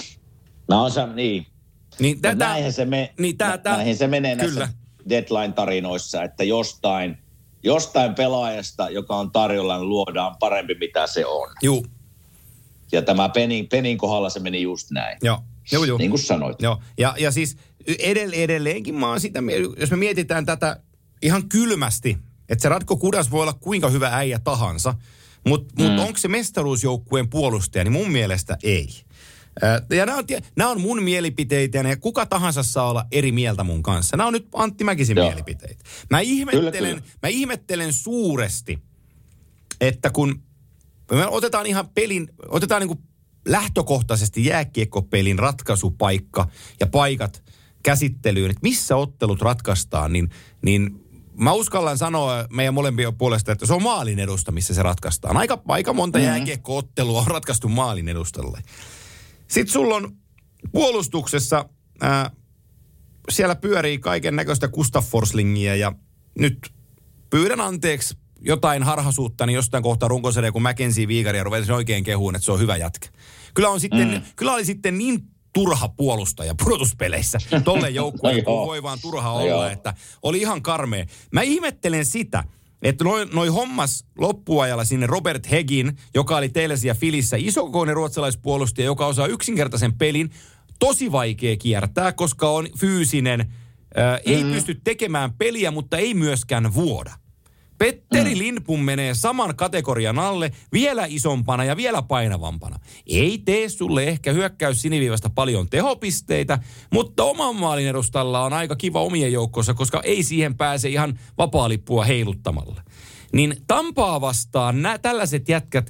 No on se, niin. Niin, tätä, näinhän, se me, niin tää, tää, näinhän se menee kyllä. Näissä deadline-tarinoissa, että jostain, jostain pelaajasta, joka on tarjolla, niin luodaan parempi, mitä se on. Juu. Ja tämä Penin, Penin kohdalla se meni just näin. Joo. Joo, joo. Niin kuin sanoit. Joo. Ja, ja siis edell- edelleenkin mä oon sitä, jos me mietitään tätä ihan kylmästi, että se Radko Gudas voi olla kuinka hyvä äijä tahansa, mutta mm. mut onko se mestaruusjoukkueen puolustaja, niin mun mielestä ei. Ja nämä on, nämä on mun mielipiteitä, ja kuka tahansa saa olla eri mieltä mun kanssa. Nämä on nyt Antti Mäkisen Joo. mielipiteitä. Mä ihmettelen, kyllä, kyllä. mä ihmettelen suuresti, että kun me otetaan ihan pelin, otetaan niin kuin lähtökohtaisesti jääkiekkopelin ratkaisupaikka ja paikat käsittelyyn, että missä ottelut ratkaistaan, niin, niin mä uskallan sanoa meidän molempien puolesta, että se on maalin edusta, missä se ratkaistaan. Aika, aika monta mm-hmm. jääkiekko-ottelua on ratkaistu maalin edustalle. Sitten sulla on puolustuksessa, ää, siellä pyörii kaiken näköistä Gustav Forslingia ja nyt pyydän anteeksi jotain harhaisuutta, niin jostain kohtaa runkosarja, kun Mackenzie Viikaria ruvetin oikein kehuun, että se on hyvä jätkä. Kyllä, on sitten, mm. kyllä oli sitten niin turha puolustaja pudotuspeleissä. Tolle joukkueen voi vaan turha olla, että oli ihan karmea. Mä ihmettelen sitä, että noin noi hommas loppuajalla sinne Robert Hegin, joka oli teillä siellä Filissä, isokokoinen ruotsalaispuolustaja, joka osaa yksinkertaisen pelin, tosi vaikea kiertää, koska on fyysinen, ää, mm. ei pysty tekemään peliä, mutta ei myöskään vuoda. Petteri mm. Lindbom menee saman kategorian alle, vielä isompana ja vielä painavampana. Ei tee sulle ehkä hyökkäys siniviivasta paljon tehopisteitä, mutta oman maalin edustalla on aika kiva omien joukkoissa, koska ei siihen pääse ihan vapaalippua heiluttamalla. Niin Tampaa vastaan nä, tällaiset jätkät,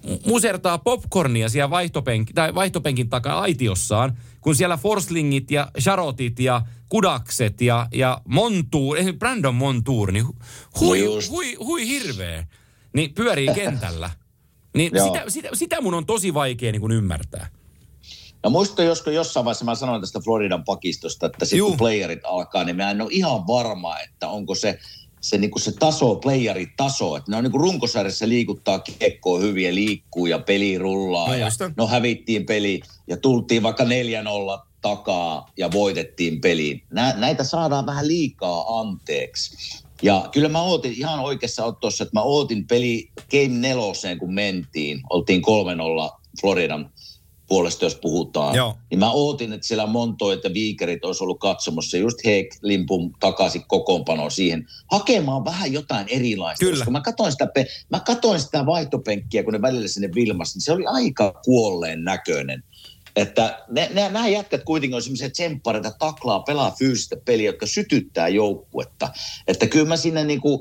musertaa popcornia siellä vaihtopenk- tai vaihtopenkin takaa aitiossaan, kun siellä Forslingit ja Charotit ja Kudakset ja, ja Montour, Brandon Montour, niin hui, hui, hui, hui hirveä, niin pyörii kentällä. Niin sitä, sitä, sitä mun on tosi vaikea niin kuin ymmärtää. No muista joskus jossain vaiheessa mä sanoin tästä Floridan pakistosta, että sitten kun playerit alkaa, niin mä en ole ihan varma, että onko se, se, niin kuin se taso, playeritaso, että ne on niin kuin runkosarjassa liikuttaa kiekkoa hyvin ja liikkuu ja peli rullaa. No, ja no hävittiin peli ja tultiin vaikka neljä nolla takaa ja voitettiin peliin. Nä, näitä saadaan vähän liikaa anteeksi. Ja kyllä mä ootin ihan oikeassa ottossa, että mä ootin peli game neloseen, kun mentiin. Oltiin kolme nolla Floridan puolesta, jos puhutaan. Joo. Niin mä ootin, että siellä Montoit ja Viikerit olisi ollut katsomassa just Heik Limpum takaisin kokoonpanoon siihen. Hakemaan vähän jotain erilaista. Kyllä. Koska mä katsoin sitä, mä katsoin sitä vaihtopenkkiä, kun ne välillä sinne vilmasi, niin se oli aika kuolleen näköinen. Että ne, ne, nämä jätkät kuitenkin on semmoisia tsemppareita, taklaa, pelaa fyysistä peliä, jotka sytyttää joukkuetta. Että kyllä mä siinä niinku,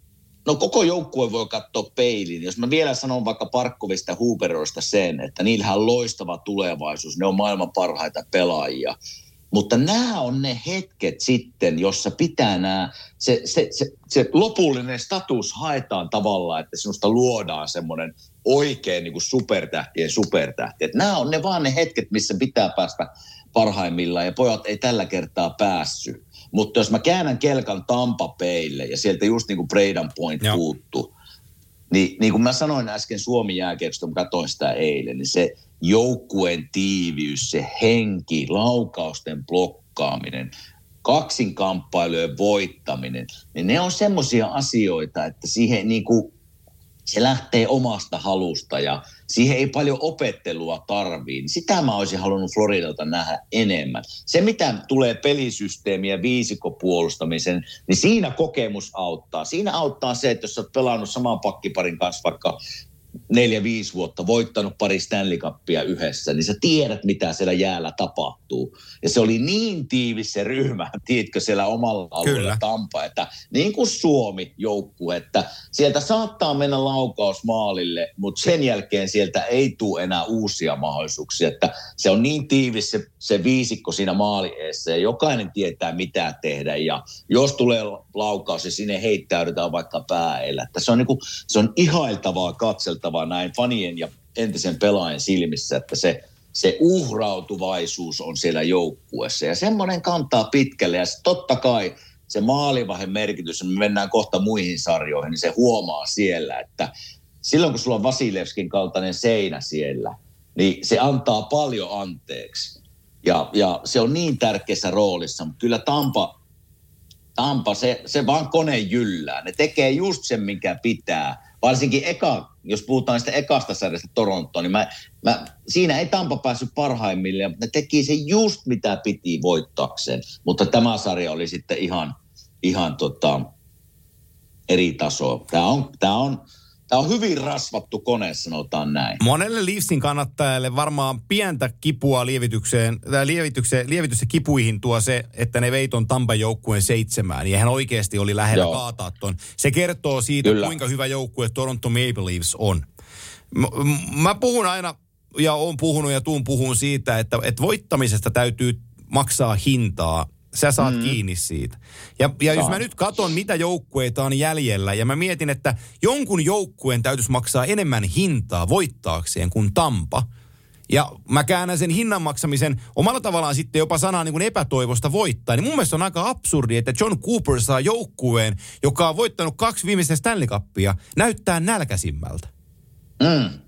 no koko joukkue voi katsoa peiliin. Jos mä vielä sanon vaikka Parkkovista ja Huberoista sen, että niillähän on loistava tulevaisuus, ne on maailman parhaita pelaajia. Mutta nämä on ne hetket sitten, jossa pitää nämä, se, se, se, se lopullinen status haetaan tavallaan, että sinusta luodaan semmoinen oikein niin kuin supertähtien supertähti. Että nämä on ne vaan ne hetket, missä pitää päästä parhaimmillaan ja pojat ei tällä kertaa päässyt. Mutta jos mä käännän kelkan Tampa Baylle ja sieltä just niin kuin Braden Point Joo. puuttuu, niin, niin kuin mä sanoin äsken Suomi jääkiekosta, kun katsoin sitä eilen, niin se joukkueen tiiviys, se henki, laukausten blokkaaminen, kaksinkamppailujen voittaminen, niin ne on semmoisia asioita, että siihen niin kuin se lähtee omasta halusta ja siihen ei paljon opettelua tarvii. Sitä mä olisin halunnut Floridalta nähdä enemmän. Se, mitä tulee pelisysteemiä ja viisikopuolustamisen, niin siinä kokemus auttaa. Siinä auttaa se, että jos sä oot pelannut saman pakkiparin kanssa vaikka neljä, viisi vuotta, voittanut pari Stanley Cupia yhdessä, niin sä tiedät, mitä siellä jäällä tapahtuu. Ja se oli niin tiivis se ryhmä, tiedätkö, siellä omalla alueella Tampa, että niin kuin Suomi-joukkue, että sieltä saattaa mennä laukaus maalille, mutta sen jälkeen sieltä ei tule enää uusia mahdollisuuksia, että se on niin tiivis se, se viisikko siinä maali-eessä, ja jokainen tietää, mitä tehdä, ja jos tulee laukaus, ja sinne heittäydytään vaikka päällä, että se on, niin kuin, se on ihailtavaa katseltavaa näin fanien ja entisen pelaajan silmissä, että se, se uhrautuvaisuus on siellä joukkueessa. Ja semmoinen kantaa pitkälle. Ja totta kai se maalivahen merkitys, me mennään kohta muihin sarjoihin, niin se huomaa siellä, että silloin kun sulla on Vasilevskin kaltainen seinä siellä, niin se antaa paljon anteeksi. Ja, ja se on niin tärkeässä roolissa. Mutta kyllä Tampa, Tampa se, se vaan kone jyllää. Ne tekee just sen, mikä pitää. Varsinkin eka, jos puhutaan sitä ekasta sarjasta Torontoon, niin mä, mä, siinä ei Tampa päässyt parhaimmilleen, mutta ne teki sen just mitä piti voittaakseen. Mutta tämä sarja oli sitten ihan, ihan tota, eri tasoa. Tämä on, tämä on, tämä on hyvin rasvattu kone, sanotaan näin. Monelle Leafsin kannattajalle varmaan pientä kipua lievitykseen, tai lievitykseen, lievitys kipuihin tuo se, että ne vei ton Tampan joukkueen seitsemään. Ja hän oikeasti oli lähellä Joo. kaataa ton. Se kertoo siitä, Kyllä. kuinka hyvä joukkue Toronto Maple Leafs on. M- mä puhun aina, ja oon puhunut ja tuun puhun siitä, että, että voittamisesta täytyy maksaa hintaa. Sä saat mm. kiinni siitä. Ja, ja jos mä nyt katson, mitä joukkueita on jäljellä, ja mä mietin, että jonkun joukkueen täytyisi maksaa enemmän hintaa voittaakseen kuin Tampa. Ja mä käännän sen hinnan maksamisen omalla tavallaan sitten jopa sanaa niin kuin epätoivosta voittaa. Niin mun mielestä on aika absurdi, että John Cooper saa joukkueen, joka on voittanut kaksi viimeistä Stanley Cupia, näyttää nälkäisimmältä. Mm.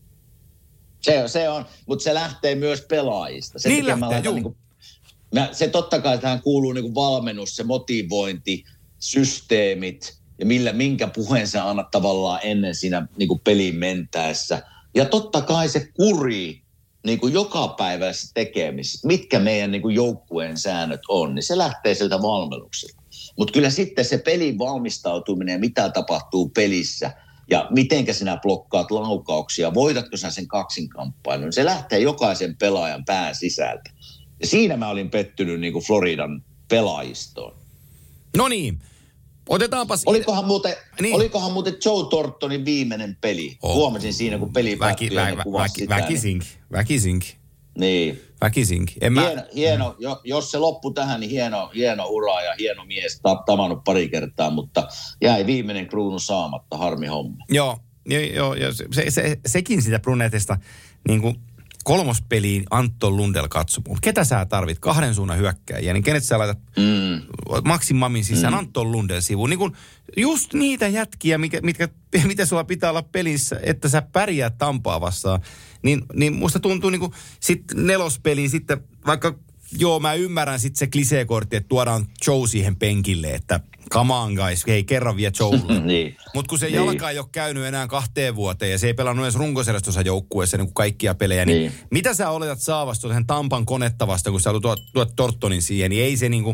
Se, se on, mutta se lähtee myös pelaajista. Se niin lähtee, juu. Niin kuin Mä, se totta kai tähän kuuluu niin kuin valmennus, se motivointi, systeemit ja millä, minkä puheen sä annat tavallaan ennen siinä niin kuin peliin mentäessä. Ja totta kai se kuri niin kuin jokapäiväisessä tekemisessä, mitkä meidän niin kuin joukkueen säännöt on, niin se lähtee sieltä valmennukselta. Mutta kyllä sitten se pelin valmistautuminen, mitä tapahtuu pelissä ja mitenkä sinä blokkaat laukauksia, voitatko sä sen kaksinkamppailun, niin se lähtee jokaisen pelaajan pään sisältä. Ja siinä mä olin pettynyt niin kuin Floridan pelaajistoon. No niin. Otetaanpas... Olikohan muuten, niin. olikohan muuten Joe Thorntonin viimeinen peli? Oh. Huomasin siinä, kun peli päättyi Väki, ja vä, kuvasi väki, sitä. väkisinkin, väkisinkin. Niin. Väkisinkin. En mä... Hieno, hieno mm. jos se loppui tähän, niin hieno, hieno ura ja hieno mies. Tavannut pari kertaa, mutta jäi viimeinen kruunu saamatta. Harmi homma. Joo, joo, joo ja se, se, sekin sitä Brunetista niin kuin kolmospeliin Anton Lundell katsoi. Ketä sä tarvit? Kahden suunnan hyökkääjiä. Niin kenet sä laitat mm. Maximamin sisään? Mm. Anton Lundell sivuun. Niin kuin just niitä jätkiä, mitkä, mitkä, mitä sulla pitää olla pelissä, että sä pärjäät Tampaa vastaan. Niin, niin musta tuntuu niin kuin sit nelospeliin sitten, vaikka joo mä ymmärrän sitten se kliseekortti, että tuodaan Joe siihen penkille, että come on guys, hei kerran vie Joelle. niin. Mutta kun se niin. jalka ei ole käynyt enää kahteen vuoteen ja se ei pelannut edes runkosarjassa joukkueessa niin kuin kaikkia pelejä, niin, niin mitä sä oletat saavasta sen Tampan konetta vasta, kun sä tuot, tuot Thorntonin siihen, niin ei se niin kuin,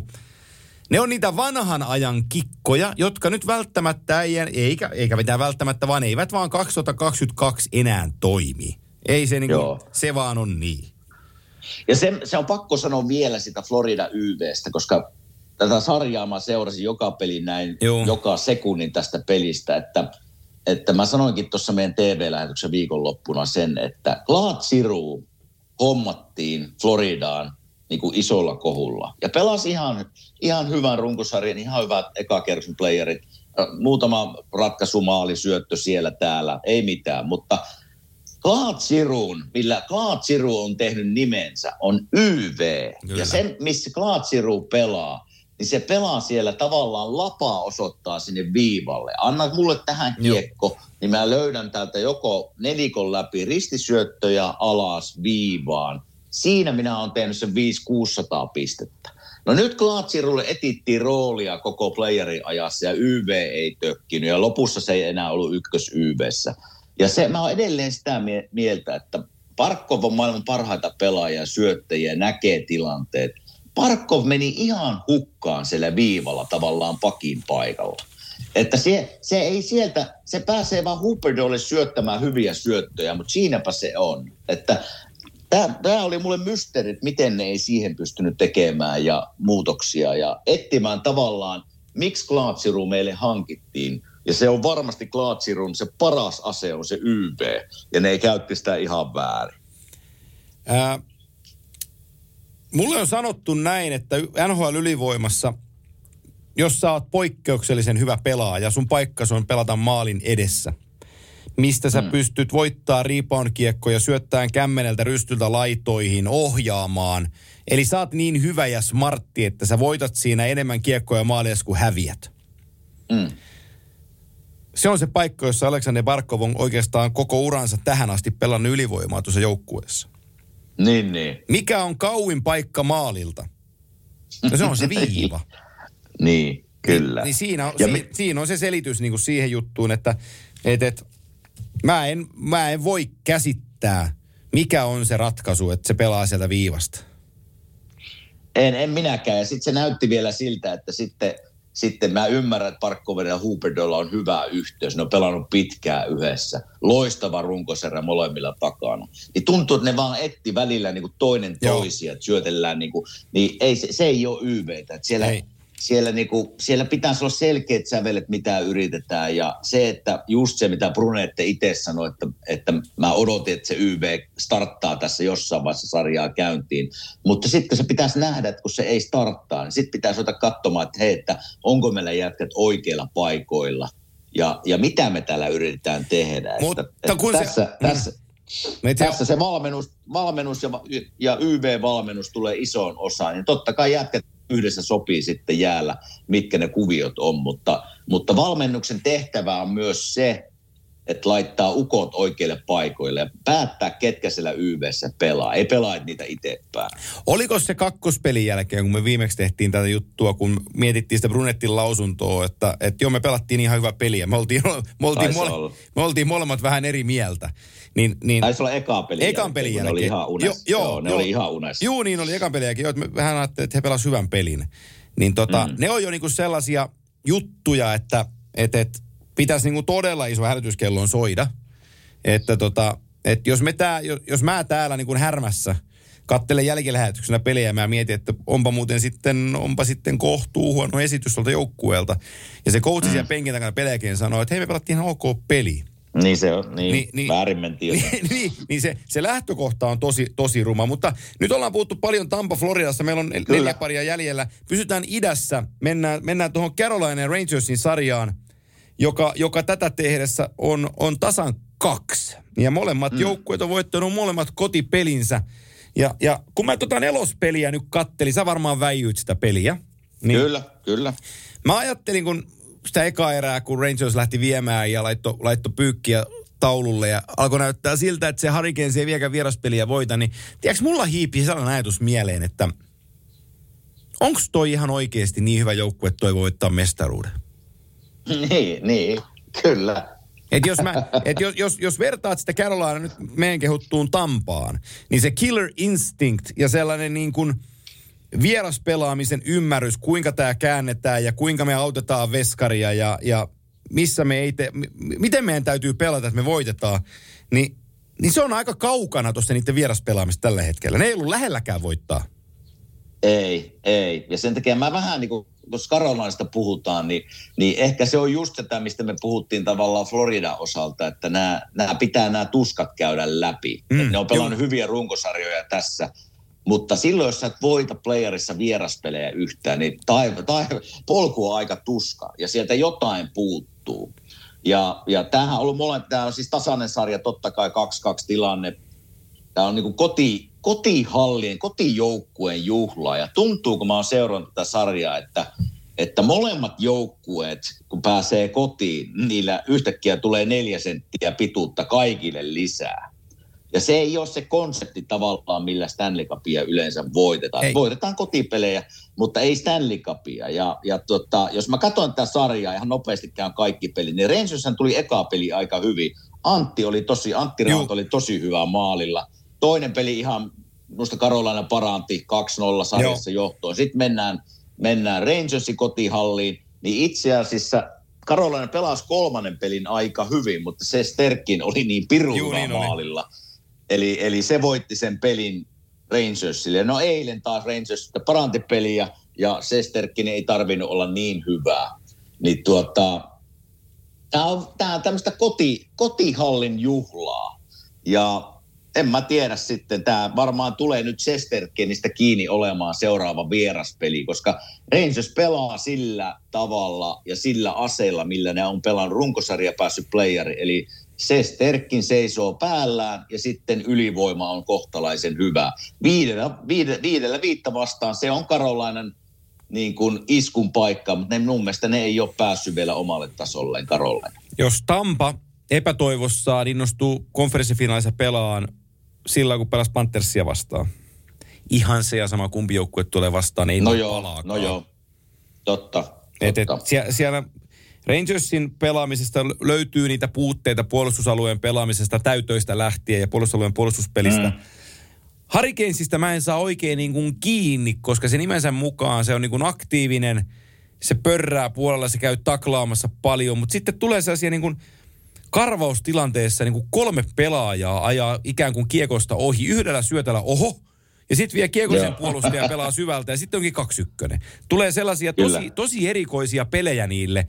ne on niitä vanhan ajan kikkoja, jotka nyt välttämättä ei, eikä, eikä mitään välttämättä, vaan eivät vaan kaksituhattakaksikymmentäkaksi enää toimi. Ei se niin kuin, se vaan on niin. Ja se, se on pakko sanoa vielä sitä Florida Y V:stä, koska tätä sarjaa mä seurasin joka pelin näin, Joo. joka sekunnin tästä pelistä, että, että mä sanoinkin tuossa meidän T V-lähetyksen viikonloppuna sen, että Claude Giroux hommattiin Floridaan niin kuin isolla kohulla. Ja pelasi ihan, ihan hyvän runkosarjan, ihan hyvät ekakerroksen playerit, muutama ratkaisumaali, syöttö siellä täällä, ei mitään, mutta Claude Giroux, millä Claude Giroux on tehnyt nimensä, on Y V. Kyllä. Ja sen, missä Claude Giroux pelaa, niin se pelaa siellä tavallaan lapaa osoittaa sinne viivalle. Anna mulle tähän kiekko, Joo. niin mä löydän täältä joko nelikon läpi ristisyöttöjä alas viivaan. Siinä minä olen tehnyt sen viisi kuusisataa pistettä. No nyt Claude Girouxlle etittiin roolia koko playerin ajassa ja Y V ei tökkinyt ja lopussa se ei enää ollut ykkös Y V:ssä. Ja se, mä oon edelleen sitä mieltä, että Barkov on maailman parhaita pelaajia, syöttäjiä, näkee tilanteet. Barkov meni ihan hukkaan siellä viivalla tavallaan pakin paikalla. Että se, se ei sieltä, se pääsee vaan Huberdeaulle syöttämään hyviä syöttöjä, mutta siinäpä se on. Että tämä oli mulle mysteeri, että miten ne ei siihen pystynyt tekemään ja muutoksia ja etsimään tavallaan, miksi Claude Giroux meille hankittiin. Ja se on varmasti Claude Giroux, se paras ase on se Y V, ja ne ei käytti sitä ihan väärin. Ää, mulle on sanottu näin, että N H L-ylivoimassa, jos sä oot poikkeuksellisen hyvä pelaaja, sun paikkasi on pelata maalin edessä, mistä sä hmm. pystyt voittaa rebound-kiekkoja, syöttämään kämmeneltä rystyltä laitoihin, ohjaamaan. Eli sä oot niin hyvä ja smartti, että sä voitat siinä enemmän kiekkoja maaleissa kuin häviät. Hmm. Se on se paikka, jossa Aleksander Barkov on oikeastaan koko uransa tähän asti pelannut ylivoimaa tuossa joukkueessa. Niin, niin. Mikä on kauin paikka maalilta? No se on se viiva. niin, kyllä. Niin, niin siinä, on, si, mi- siinä on se selitys niin kuin siihen juttuun, että et, et, mä, en, mä en voi käsittää, mikä on se ratkaisu, että se pelaa sieltä viivasta. En, en minäkään. Ja sitten se näytti vielä siltä, että sitten... Sitten mä ymmärrän, että Barkovilla ja Huberdeaulla on hyvä yhteys. Ne on pelannut pitkään yhdessä. Loistava runkosarja molemmilla takana. Niin tuntuu, että ne vaan etti välillä niin kuin toinen toisia, että syötellään. Niin, kuin, niin ei, se, se ei ole Y V:tä. Että siellä, siellä, niin kuin, siellä pitäisi olla selkeät sävelet, mitä yritetään. Ja se, että just se, mitä Brunette itse sanoi, että, että mä odotin, että se Y V starttaa tässä jossain vaiheessa sarjaa käyntiin. Mutta sitten se pitäisi nähdä, että kun se ei starttaa, niin sitten pitäisi ottaa katsomaan, että hei, että onko meillä jätkät oikeilla paikoilla. Ja, ja mitä me täällä yritetään tehdä. Mutta että, että kun tässä, se... tässä, tässä se valmennus, valmennus ja, ja Y V-valmennus tulee isoon osaan. Niin totta kai jätkät yhdessä sopii sitten jäällä, mitkä ne kuviot on, mutta, mutta valmennuksen tehtävä on myös se, että laittaa ukot oikeille paikoille ja päättää, ketkä siellä Y V:ssä pelaa. Ei pelaa niitä itsepäin. Oliko se kakkospelin jälkeen, kun me viimeksi tehtiin tätä juttua, kun mietittiin sitä Brunettin lausuntoa, että, että joo, me pelattiin ihan hyvä peliä. Me oltiin, me oltiin, mole, me oltiin molemmat vähän eri mieltä. Niin, niin, taisi olla ekan pelin ekan pelin jälkeen. Ne oli ihan unessa. Jo, joo, ne jo, oli ihan unessa. Joo, niin oli ekan pelin jälkeen. Joo, me vähän ajattelin, että he pelasivat hyvän pelin. Niin tota, mm. ne on jo niinku sellaisia juttuja, että et, et, pitäisi niinku todella iso hälytyskellon soida. Että tota, et jos, me tää, jos mä täällä niinku härmässä katselen jälkilähetyksenä pelejä ja mä mietin, että onpa muuten sitten, onpa sitten kohtuu huono esitys tuolta joukkueelta. Ja se coachi mm. siellä penkin takana pelejäkin sanoi, että hei me pelattiin ihan ok peli. Niin se on, niin, niin, niin väärin mentiin. Niin, niin, niin se, se lähtökohta on tosi, tosi ruma, mutta nyt ollaan puhuttu paljon Tampa Floridassa, meillä on Kyllä. neljä paria jäljellä. Pysytään idässä, mennään, mennään tuohon Carolina Rangersin sarjaan, joka, joka tätä tehdessä on, on tasan kaksi. Ja molemmat mm. joukkueet on voittanut molemmat kotipelinsä. Ja, ja kun mä tota nelospeliä nyt kattelin, sä varmaan väijyit sitä peliä. Niin kyllä, kyllä. Mä ajattelin, kun sitä ekaa erää, kun Rangers lähti viemään ja laittoi laitto pyykkiä taululle ja alkoi näyttää siltä, että se Hurricanes ei vieläkään vieraspeliä voita, niin tiedätkö, mulla hiipi sellainen ajatus mieleen, että onko toi ihan oikeasti niin hyvä joukkue, että toi voi voittaa mestaruuden? Niin, niin, kyllä. Et jos, mä, et jos, jos, jos vertaat sitä Carolina nyt meidän kehuttuun Tampaan, niin se killer instinct ja sellainen niin kuin vieraspelaamisen ymmärrys, kuinka tämä käännetään ja kuinka me autetaan veskaria ja, ja missä me ei te, m- miten meidän täytyy pelata, että me voitetaan, niin, niin se on aika kaukana tuosta niiden vieraspelaamista tällä hetkellä. Ne ei ollut lähelläkään voittaa. Ei, ei. Ja sen takia mä vähän niin kuin, jos Carolinasta puhutaan, niin, niin ehkä se on just sitä, mistä me puhuttiin tavallaan Floridan osalta, että nämä, nämä pitää nämä tuskat käydä läpi. Mm, ne on pelannut jo. hyviä runkosarjoja tässä. Mutta silloin, jos sä et voita playerissa vieraspelejä yhtään, niin tai, tai, polku on aika tuska ja sieltä jotain puuttuu. Ja, ja tämähän on ollut molemmat, tämä on siis tasainen sarja, totta kai kaksi kaksi tilanne. Tämä on niin kuin koti, kotihallien, kotijoukkueen juhla ja tuntuu, kun mä oon seurannut tätä sarjaa, että, että molemmat joukkueet, kun pääsee kotiin, niillä yhtäkkiä tulee neljä senttiä pituutta kaikille lisää. Ja se ei ole se konsepti tavallaan, millä Stanley Cupia yleensä voitetaan. Ei. Voitetaan kotipelejä, mutta ei Stanley Cupia. Ja, ja tota, jos mä katson tätä sarjaa, ihan nopeasti käyn kaikki pelit, niin Rangershän tuli eka peli aika hyvin. Antti oli tosi, Antti Raut oli tosi hyvä maalilla. Toinen peli ihan, minusta Carolina paranti kaksi nolla sarjassa Joo. johtoon. Sitten mennään, mennään Rangersin kotihalliin, niin itse asiassa Carolina pelasi kolmannen pelin aika hyvin, mutta se Sterkin oli niin pirun niin maalilla. Oli. Eli, eli se voitti sen pelin Rangersille. No eilen taas Rangers paranti peliä ja Sesterkin ei tarvinnut olla niin hyvää. Niin tuota, tämä on, tää on tämmöistä koti, kotihallin juhlaa. Ja en mä tiedä sitten, tämä varmaan tulee nyt Sesterkinistä kiinni olemaan seuraava vieraspeli, koska Rangers pelaa sillä tavalla ja sillä aseella, millä ne on pelannut runkosarja päässyt playeri. Eli Sesterkin seisoo päällään ja sitten ylivoima on kohtalaisen hyvä. Viidellä, viide, viidellä viittä vastaan se on Carolinan niin kuin iskun paikka, mutta ne, mun mielestä ne ei ole päässyt vielä omalle tasolleen Carolina. Jos Tampa epätoivossaan innostuu konferenssifinaalissa pelaan silloin, kun pelasi Panthersia vastaan. Ihan se ja sama kumpi joukkue tulee vastaan, ei no ole joo, palaakaan. No joo, totta. totta. Et, et, siellä, siellä Rangersin pelaamisesta löytyy niitä puutteita puolustusalueen pelaamisesta täytöistä lähtien ja puolustusalueen puolustuspelistä. Mm. Hurricanesista mä en saa oikein niin kuin kiinni, koska se nimensä mukaan se on niin kuin aktiivinen, se pörrää puolella, se käy taklaamassa paljon, mutta sitten tulee sellaisia niin kuin karvaustilanteessa niin kuin kolme pelaajaa ajaa ikään kuin kiekosta ohi yhdellä syötällä, oho, ja sitten vie kiekoisen puolustaja pelaa syvältä ja sitten onkin kaksi ykkönen. Tulee sellaisia tosi, tosi erikoisia pelejä niille.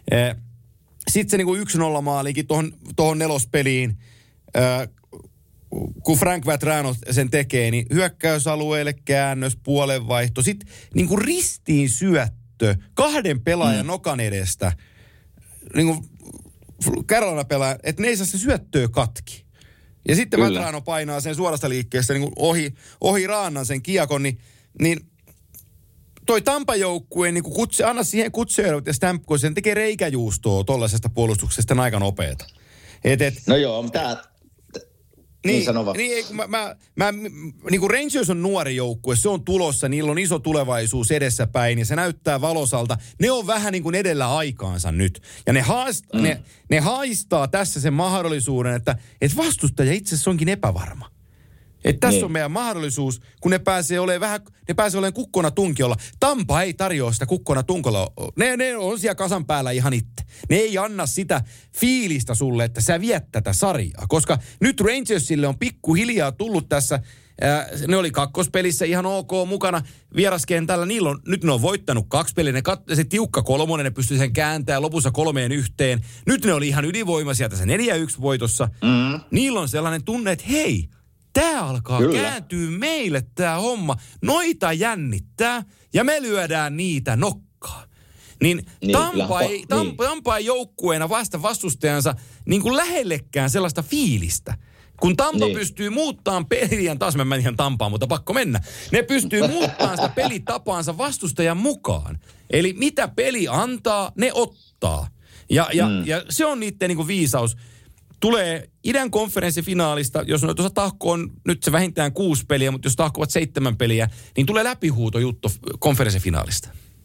Sitten se niin kuin yksi nolla maaliinkin tuohon, tuohon nelospeliin, kun Frank Vatrano sen tekee, niin hyökkäysalueelle käännös, puolenvaihto, sitten niin kuin ristiin syöttö kahden pelaajan mm. nokan edestä, niin kuin Carolina pelaa, että ne ei saa se syöttöä katki. Ja sitten Vatrano painaa sen suorasta liikkeestä niin kuin ohi, ohi raannan sen kiekon, niin, niin toi Tampa-joukkue, niin kutse, anna siihen kutseerot ja Stamkos, sen tekee reikäjuustoa tollaisesta puolustuksesta aika nopeata. Et, et, no joo, mutta Niin, niin sano vaan. Niin, mä, mä, mä, niin kuin Rangers on nuori joukkue, se on tulossa, niillä on iso tulevaisuus edessäpäin ja se näyttää valosalta. Ne on vähän niin kuin edellä aikaansa nyt. Ja ne, haast, mm. ne, ne haistaa tässä sen mahdollisuuden, että et vastustaja itse asiassa onkin epävarma. Että tässä niin. on meidän mahdollisuus, kun ne pääsee olemaan vähän, ne pääsee olemaan kukkona tunkiolla. Tampa ei tarjoa sitä kukkona tunkolla. Ne, ne on siellä kasan päällä ihan itse. Ne ei anna sitä fiilistä sulle, että sä viet tätä sarjaa. Koska nyt Rangersille on pikkuhiljaa tullut tässä Ne oli kakkospelissä ihan ok mukana vieraskentällä. Niillä on, nyt ne on voittanut kaksi peliä. Ne kat, se tiukka kolmonen, ne pystyi sen kääntämään lopussa kolmeen yhteen. Nyt ne oli ihan ylivoimaisia tässä neljä yksi voitossa. Mm. Niillä on sellainen tunne, että hei, tää alkaa Kyllä. kääntyä meille tää homma. Noita jännittää ja me lyödään niitä nokkaa. Niin, niin Tampa, ei, Tampa, niin. Tampa ei joukkueena vasta vastustajansa niin kuin lähellekään sellaista fiilistä. Kun Tampa niin. pystyy muuttamaan peliä, taas mä menin ihan Tampaan, mutta pakko mennä. Ne pystyy muuttamaan sitä pelitapaansa vastustajan mukaan. Eli mitä peli antaa, ne ottaa. Ja, ja, mm. ja se on niiden niin kuin viisaus. Tulee idän konferenssifinaalista, jos on tuossa tahko on nyt se vähintään kuusi peliä, mutta jos tahko ovat seitsemän peliä, niin tulee läpihuutojuttu konferenssifinaalista.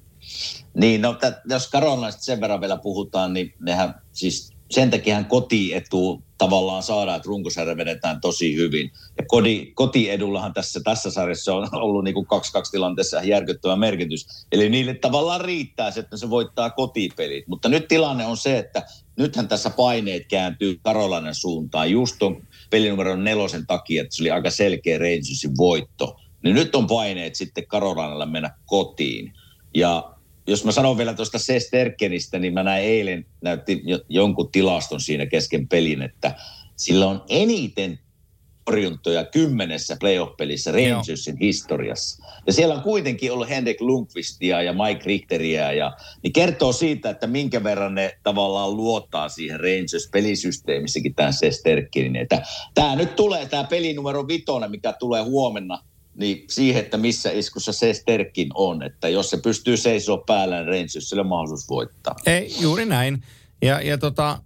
Niin, no t- jos Carolinasta sen verran vielä puhutaan, niin nehän siis sen takiahan kotietu tavallaan saadaan, että runkosarja vedetään tosi hyvin. Ja koti, kotiedullahan tässä, tässä sarjassa on ollut niin kuin kaksi kaksi tilanteessa järkyttävä merkitys. Eli niille tavallaan riittää se, että se voittaa kotipelit. Mutta nyt tilanne on se, että nythän tässä paineet kääntyy Carolinan suuntaan just ton pelinumeron nelosen takia, että se oli aika selkeä Rangersin voitto. Niin nyt on paineet sitten Carolinalla mennä kotiin. Ja jos mä sanon vielä tuosta Shesterkinistä, niin mä näin eilen, näytti jonkun tilaston siinä kesken pelin, että sillä on eniten torjuntoja kymmenessä playoff-pelissä Rangersin historiassa. Ja siellä on kuitenkin ollut Henrik Lundqvistia ja Mike Richteriä, ja, niin kertoo siitä, että minkä verran ne tavallaan luottaa siihen Rangers-pelisysteemissäkin tämän Shesterkinin. Että tämä nyt tulee, tämä peli numero vitonen, mikä tulee huomenna, niin siihen, että missä iskussa Shesterkin on. Että jos se pystyy seisoo päällä, niin Rangersille on mahdollisuus voittaa. Ei, juuri näin. Ja, ja tota,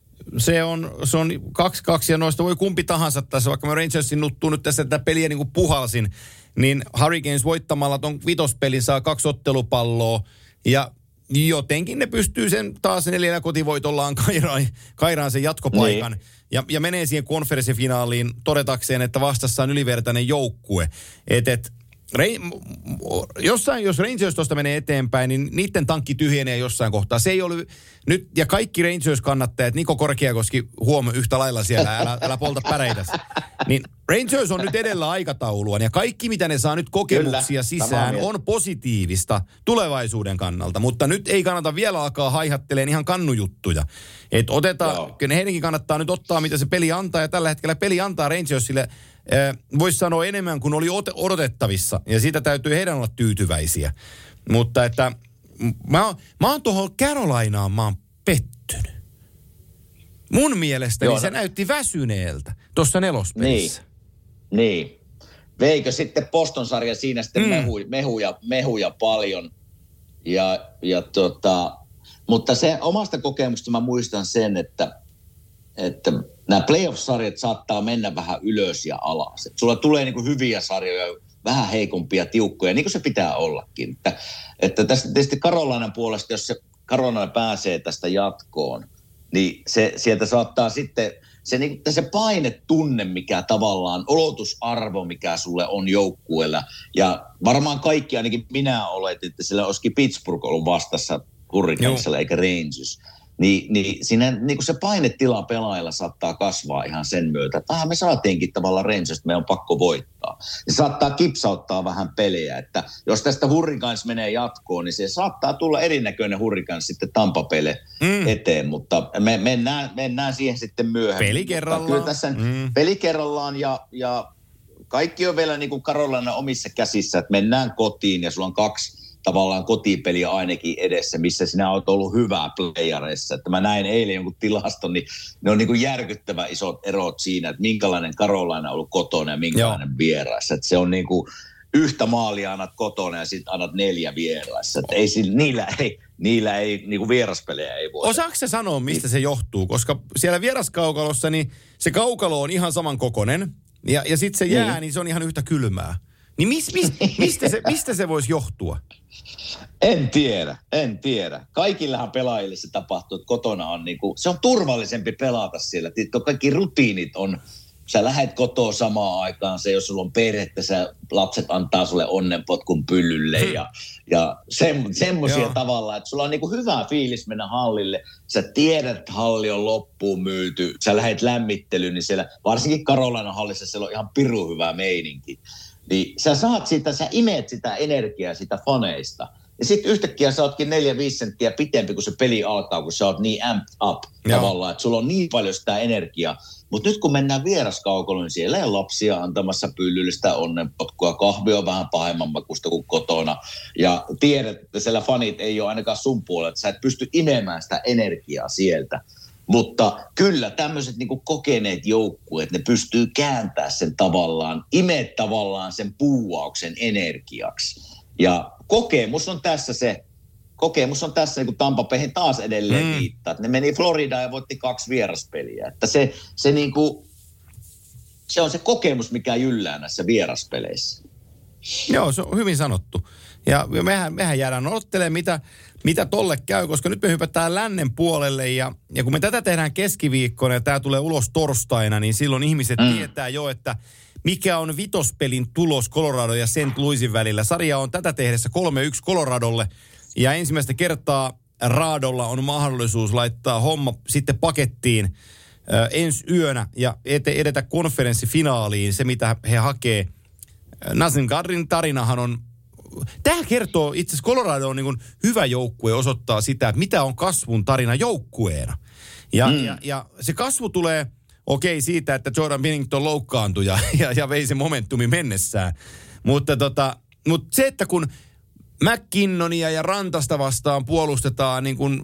se on, se on kaksi kaksi ja noista voi kumpi tahansa tässä. Vaikka mä Rangersin nuttuu nyt tässä tätä peliä niin kuin puhalsin, niin Hurricanes voittamalla ton vitospelin saa kaksi ottelupalloa. Ja jotenkin ne pystyy sen taas neljällä kotivoitollaan kairaan, kairaan sen jatkopaikan. Niin. Ja, ja menee siihen konferenssifinaaliin todetakseen, että vastassa on ylivertainen joukkue. Et, et, Rei, jossain, jos Rangers tuosta menee eteenpäin, niin niiden tankki tyhjenee jossain kohtaa. Se ei ole nyt, ja kaikki Rangers-kannattajat, Niko Korkeakoski huomo yhtä lailla siellä, älä, älä polta päreitäsi. Niin Rangers on nyt edellä aikataulua, ja kaikki mitä ne saa nyt kokemuksia Kyllä, sisään on positiivista tulevaisuuden kannalta. Mutta nyt ei kannata vielä alkaa haihatteleen ihan kannujuttuja. Että otetaan, kyllä heidänkin kannattaa nyt ottaa, mitä se peli antaa, ja tällä hetkellä peli antaa Rangersille, voisi sanoa enemmän kuin oli odotettavissa, ja siitä täytyy heidän olla tyytyväisiä. Mutta että mä oon, mä oon tuohon Carolinaan mä oon pettynyt. Mun mielestäni Joo, se no. näytti väsyneeltä tuossa nelospelissä. Niin, niin. Veikö sitten Boston-sarja siinä sitten mm. mehuja, mehuja, mehuja paljon. Ja, ja tota, mutta se omasta kokemuksesta mä muistan sen, että, että nämä playoff-sarjat saattaa mennä vähän ylös ja alas. Et sulla tulee niinku hyviä sarjoja, vähän heikompia, tiukkoja, niin kuin se pitää ollakin. Että, että tästä tietysti Carolinan puolesta, jos se Carolina pääsee tästä jatkoon, niin se, sieltä saattaa sitten, se, niin, se painetunne, mikä tavallaan, olotusarvo, mikä sulle on joukkueella, ja varmaan kaikki, ainakin minä oletin, että sillä olisikin Pittsburgh ollut vastassa Hurricanesilla eikä Rangers. Niin, niin siinä niin kuin se painetila pelaajilla saattaa kasvaa ihan sen myötä, että ah, me saatiinkin tavallaan Rangersta, meidän on pakko voittaa. Se saattaa kipsauttaa vähän pelejä, että jos tästä Hurricanes menee jatkoon, niin se saattaa tulla erinäköinen Hurricanes sitten Tampa-pele mm. eteen, mutta me mennään, mennään siihen sitten myöhemmin. Peli kerrallaan. Kyllä tässä mm. peli kerrallaan ja, ja kaikki on vielä niin kuin Carolina omissa käsissä, että mennään kotiin ja sulla on kaksi tavallaan kotipeliä ainakin edessä, missä sinä olet ollut hyvää playareissa. Että mä näin eilen jonkun tilaston, niin ne on niin kuin järkyttävän isot erot siinä, että minkälainen Carolina on ollut kotona ja minkälainen Joo. vieraissa. Että se on niin kuin yhtä maalia annat kotona ja sitten annat neljä vieraissa. Että ei, niillä ei, niillä ei niin kuin vieraspelejä ei voi. Osaatko sä sanoa, mistä se johtuu? Koska siellä vieraskaukalossa niin se kaukalo on ihan saman kokonen ja, ja sitten se jää, niin. niin se on ihan yhtä kylmää. Niin mis, mis, mistä, se, mistä se voisi johtua? En tiedä, en tiedä. Kaikillahan pelaajille se tapahtuu, että kotona on niinku, se on turvallisempi pelata siellä. Kaikki rutiinit on sä lähet kotoa samaan aikaan, se jos sulla on perhettä, sä, lapset antaa sulle onnenpotkun pyllylle ja, ja se, semmoisia tavalla, että sulla on niinku hyvä fiilis mennä hallille. Sä tiedät, että halli on loppuun myyty, sä lähet lämmittelyyn, niin siellä, varsinkin Carolinan hallissa, siellä on ihan pirun hyvä meininki. Niin sä saat sitä, sä imeet sitä energiaa sitä faneista. Ja sitten yhtäkkiä sä ootkin neljä viisi senttiä pitempi, kun se peli alkaa, kun sä oot niin amped up Joo. tavallaan, että sulla on niin paljon sitä energiaa. Mutta nyt kun mennään vieraskaukolle, niin siellä ei lapsia antamassa pyllyllistä onnenpotkua. Kahvi on vähän pahemman makusta kuin kotona. Ja tiedät, että siellä fanit ei ole ainakaan sun puolella, että sä et pysty imemään sitä energiaa sieltä. Mutta kyllä tämmöiset niinku kokeneet joukkueet, ne pystyy kääntämään sen tavallaan, imeet tavallaan sen puuauksen energiaksi. Ja kokemus on tässä se, kokemus on tässä, niin kuin Tampa Bayhin taas edelleen mm. viittaa. Ne meni Floridaan ja voitti kaksi vieraspeliä. Että se, se, niin kuin, se on se kokemus, mikä jyllää näissä vieraspeleissä. Joo, se on hyvin sanottu. Ja mehän, mehän jäädään odottelemaan, mitä, mitä tolle käy, koska nyt me hypätään lännen puolelle. Ja, ja kun me tätä tehdään keskiviikkona ja tämä tulee ulos torstaina, niin silloin ihmiset mm. tietää jo, että mikä on vitospelin tulos Colorado ja Saint Louisin välillä. Sarja on tätä tehdessä kolme yksi Coloradolle. Ja ensimmäistä kertaa Raadolla on mahdollisuus laittaa homma sitten pakettiin äh, ensi yönä ja ete, edetä konferenssifinaaliin, se mitä he hakee. Nazem Kadrin tarinahan on, tämä kertoo itse asiassa Colorado on niin kuin hyvä joukkue, osoittaa sitä, että mitä on kasvun tarina joukkueena. Ja, mm. ja, ja se kasvu tulee, okei okay, siitä, että Jordan Binnington loukkaantui ja, ja, ja vei se momentumi mennessään. Mutta tota, mut se, että kun McKinnonia ja Rantasta vastaan puolustetaan niin kuin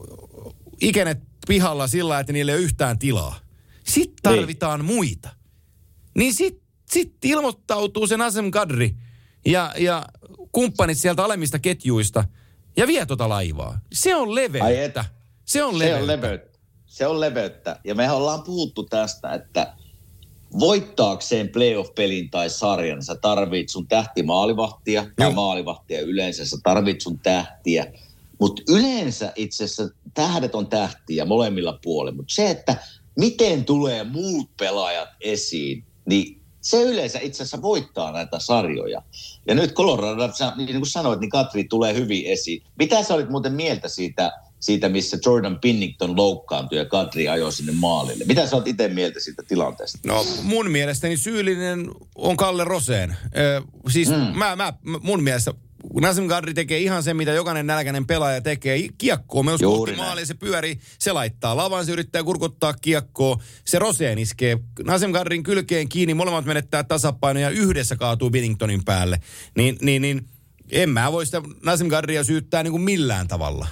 ikenet pihalla sillä, että niille ei ole yhtään tilaa. Sitten tarvitaan niin. muita. Niin sitten sit ilmoittautuu se Nazem Kadri ja, ja kumppanit sieltä alemmista ketjuista ja vie tota laivaa. Se on leveyttä. Se on leveyttä. Se on leveyttä. Se on leveyttä. Ja mehän ollaan puhuttu tästä, että voittaakseen playoff-pelin tai sarjan, sä tarvit sun tähtimaalivahtia, tai maalivahtia yleensä, sä tarvit sun tähtiä. Mutta yleensä itse asiassa tähdet on tähtiä molemmilla puolilla. Mutta se, että miten tulee muut pelaajat esiin, niin se yleensä itse asiassa voittaa näitä sarjoja. Ja nyt Colorado, niin kuin sanoit, niin Kadri tulee hyvin esiin. Mitä sä olit muuten mieltä siitä, siitä missä Jordan Binnington loukkaantui ja Kadri ajoi sinne maalille? Mitä sä oot itse mieltä siitä tilanteesta? No mun mielestäni syyllinen on Kalle Rosén. Ö, siis mm. mä, mä, mun mielestä Nazem Kadri tekee ihan sen, mitä jokainen nälkäinen pelaaja tekee. Kiekkoa myös kohti maaliin, se pyörii, se laittaa lavan, se yrittää kurkottaa kiekkoa. Se Rosén iskee Nazem Kadrin kylkeen kiinni, molemmat menettää tasapainoa ja yhdessä kaatuu Binningtonin päälle. Niin, niin, niin en mä voi sitä Nazem Kadria syyttää niin kuin millään tavalla.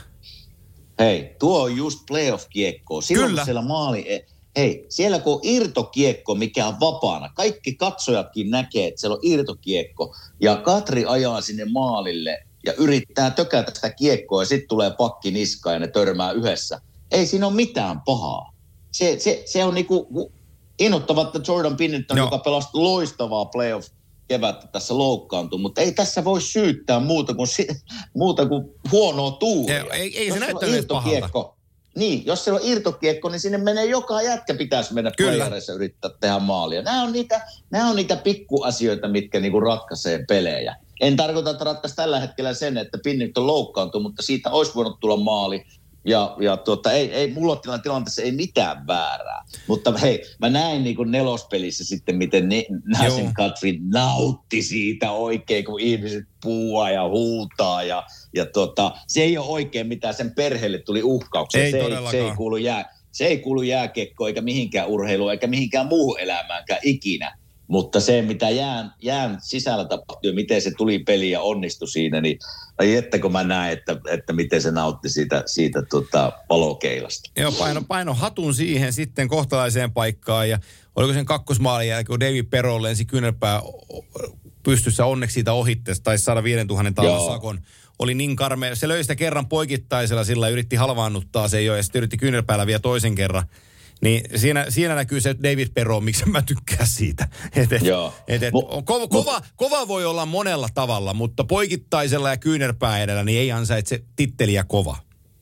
Hei, tuo on just playoff-kiekkoa. Silloin Kyllä. siellä maali... Hei, siellä kun on irtokiekko, mikä on vapaana, kaikki katsojatkin näkee, että siellä on irtokiekko, ja Kadri ajaa sinne maalille ja yrittää tökätä sitä kiekkoa, ja sitten tulee pakki niskaan ja ne törmää yhdessä. Ei siinä ole mitään pahaa. Se, se, se on niinku innoittava, että Jordan Binnington, joka pelasi loistavaa playoff kevättä tässä loukkaantui, mutta ei tässä voi syyttää muuta kuin, muuta kuin huonoa tuuria. Ei, ei se näyttänyt pahalta. Niin, jos siellä on irtokiekko, niin sinne menee joka jätkä, pitäisi mennä playereissa yrittää tehdä maalia. Nämä on niitä, nämä on niitä pikkuasioita, mitkä niinku ratkaisee pelejä. En tarkoita, että ratkaisi tällä hetkellä sen, että Binnington loukkaantuu, mutta siitä olisi voinut tulla maali. Ja, ja tuota, ei, ei, mulla on tilanteessa ei mitään väärää. Mutta hei, mä näin niin kuin nelospelissä sitten, miten Nazem Kadri nautti siitä oikein, kun ihmiset puhua ja huutaa. Ja, ja tuota, se ei ole oikein mitään, sen perheelle tuli uhkauksia. Ei se, ei, se, ei kuulu jää, se ei kuulu jääkiekkoon eikä mihinkään urheiluun eikä mihinkään muuhun elämäänkään ikinä. Mutta se, mitä jään, jään sisällä tapahtui, miten se tuli peli ja onnistui siinä, niin ai että kun mä näen, että, että miten se nautti siitä, siitä tota, valokeilasta. Joo, paino, paino hatun siihen sitten kohtalaiseen paikkaan ja oliko sen kakkosmaalin jälkeen, kun David Perron lensi kyynärpää pystyssä onneksi siitä ohitteesta, taisi saada viisituhatta taalan sakon. Oli niin karmea, se löi sitä kerran poikittaisella, sillä yritti halvaannuttaa se jo ja sitten yritti kyynärpäällä vielä toisen kerran. Niin siinä, siinä näkyy se David Perron, miksi mä tykkään siitä. Et, et, Joo. Et, et, Mo- kova, kova, kova voi olla monella tavalla, mutta poikittaisella ja kyynärpää edellä niin ei ansaitse titteliä kova.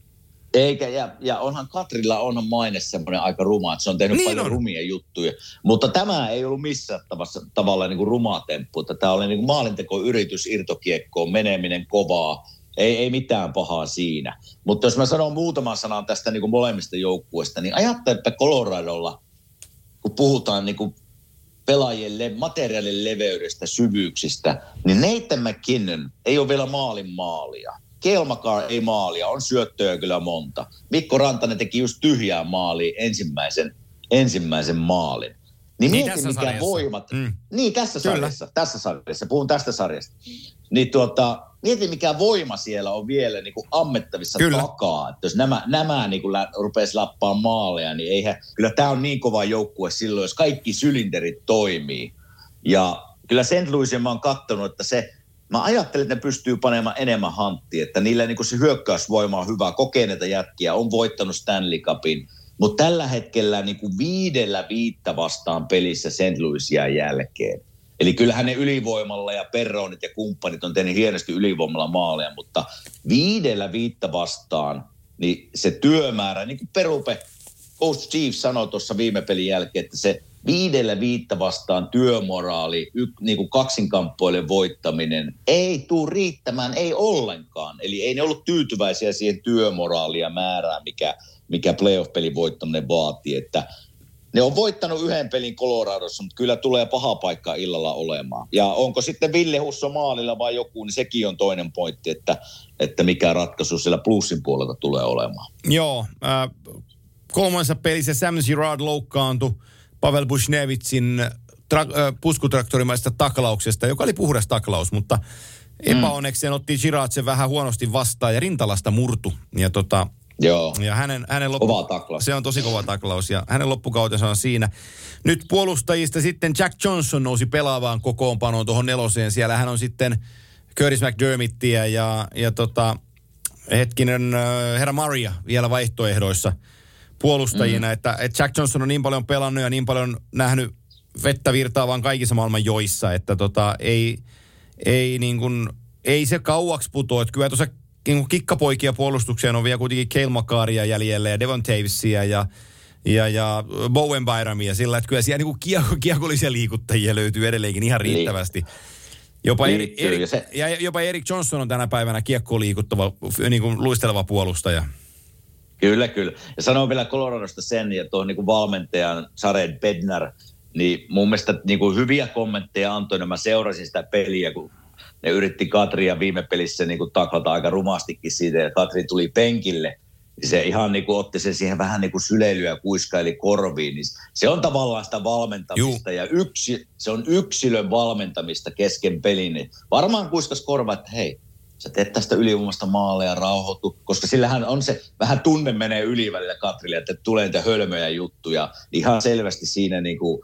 Eikä, ja, ja onhan Katrilla onhan maine semmoinen aika ruma, että se on tehnyt niin paljon on. rumia juttuja. Mutta tämä ei ollut missään tavalla, tavalla niin kuin ruma temppu, että tämä oli niin kuin maalintekoyritys, irtokiekkoon, meneminen kovaa. Ei, ei mitään pahaa siinä. Mutta jos mä sanon muutaman sanan tästä niin kuin molemmista joukkueista, niin ajattelen, että Coloradolla, kun puhutaan niin kuin pelaajien le- materiaalin leveydestä, syvyyksistä, niin Nathan McKinnon ei ole vielä maalin maalia. Cale Makar ei maalia, on syöttöjä kyllä monta. Mikko Rantanen teki just tyhjää maalia ensimmäisen, ensimmäisen maalin. Niin, niin mieti mikä sarjassa. voimat. Mm. Niin tässä kyllä. sarjassa, tässä sarjassa, puhun tästä sarjasta. Niin tuota, mieti mikä voima siellä on vielä niin kuin ammettavissa kyllä. takaa. Että jos nämä, nämä niin kuin lä, rupeaisi lappaa maaleja, niin eihän, kyllä tämä on niin kova joukkue silloin, jos kaikki sylinterit toimii. Ja kyllä Saint Louisin mä oon katsonut, että se, mä ajattelin, että ne pystyy panemaan enemmän hanttia, että niillä niin kuin se hyökkäysvoima on hyvä, kokeneita jätkiä, on voittanut Stanley Cupin. Mutta tällä hetkellä niin kuin viidellä viittä vastaan pelissä Saint Louisia jälkeen. Eli kyllähän ne ylivoimalla ja Perronit ja kumppanit on tehnyt hienosti ylivoimalla maaleja, mutta viidellä viittä vastaan, niin se työmäärä, niin kuin Perupe, Coach Chief sanoi tuossa viime pelin jälkeen, että se viidellä viittä vastaan työmoraali, y, niin kuin kaksinkamppoille voittaminen, ei tule riittämään, ei ollenkaan. Eli ei ne ollut tyytyväisiä siihen työmoraalia määrään, mikä, mikä playoff-pelin voittaminen vaatii, että ne on voittanut yhden pelin Coloradossa, mutta kyllä tulee paha paikka illalla olemaan. Ja onko sitten Ville Husso maalilla vai joku, niin sekin on toinen pointti, että, että mikä ratkaisu siellä plussin puolelta tulee olemaan. Joo, äh, kolmannessa pelissä Sam Girard loukkaantui Pavel Bushnevitsin tra- äh, puskutraktorimaista taklauksesta, joka oli puhdas taklaus, mutta epäonnekseen otti Girard sen vähän huonosti vastaan ja rintalasta murtu. Ja tota... Joo, ja hänen, hänen loppu... kova taklaus. Se on tosi kova taklaus ja hänen loppukautensa on siinä. Nyt puolustajista sitten Jack Johnson nousi pelaavaan kokoonpanoon tuohon neloseen. Siellä hän on sitten Curtis McDermittiä ja, ja tota, hetkinen äh, herra Maria vielä vaihtoehdoissa puolustajina. Mm. Että, että Jack Johnson on niin paljon pelannut ja niin paljon nähnyt vettä virtaavaan kaikissa maailman joissa, että tota, ei, ei, niin kuin, ei se kauaksi putoa. Että kyllä tuossa niin kikkapoikia puolustukseen on vielä kuitenkin Cale Makaria jäljellä ja Devon Tavesia ja, ja, ja Bowen Byramia sillä, että kyllä siellä niin kiekko, kiekollisia liikuttajia löytyy edelleenkin ihan riittävästi. Jopa, Erik, Erik, ja jopa Erik Johnson on tänä päivänä kiekkoon liikuttava, niin kuin luisteleva puolustaja. Kyllä, kyllä. Ja sanon vielä Coloradosta sen, ja tuohon niin valmentajan Jared Bednar, niin mun mielestä niin kuin hyviä kommentteja antoi, mä seurasin sitä peliä, kun ne yritti Katria viime pelissä niin kuin taklata aika rumastikin siitä, ja Katri tuli penkille. Se ihan niin kuin otti sen siihen vähän niin kuin syleilyä ja kuiskaili korviin. Niin se on tavallaan sitä valmentamista. Juh. Ja yksi, se on yksilön valmentamista kesken pelin. Niin varmaan kuiskas korva, että hei, sä teet tästä ylivoimasta maaleja, rauhoitu. Koska sillähän on se vähän tunne menee yli välillä Katrille, että tulee niitä hölmöjä juttuja. Ihan selvästi siinä niin kuin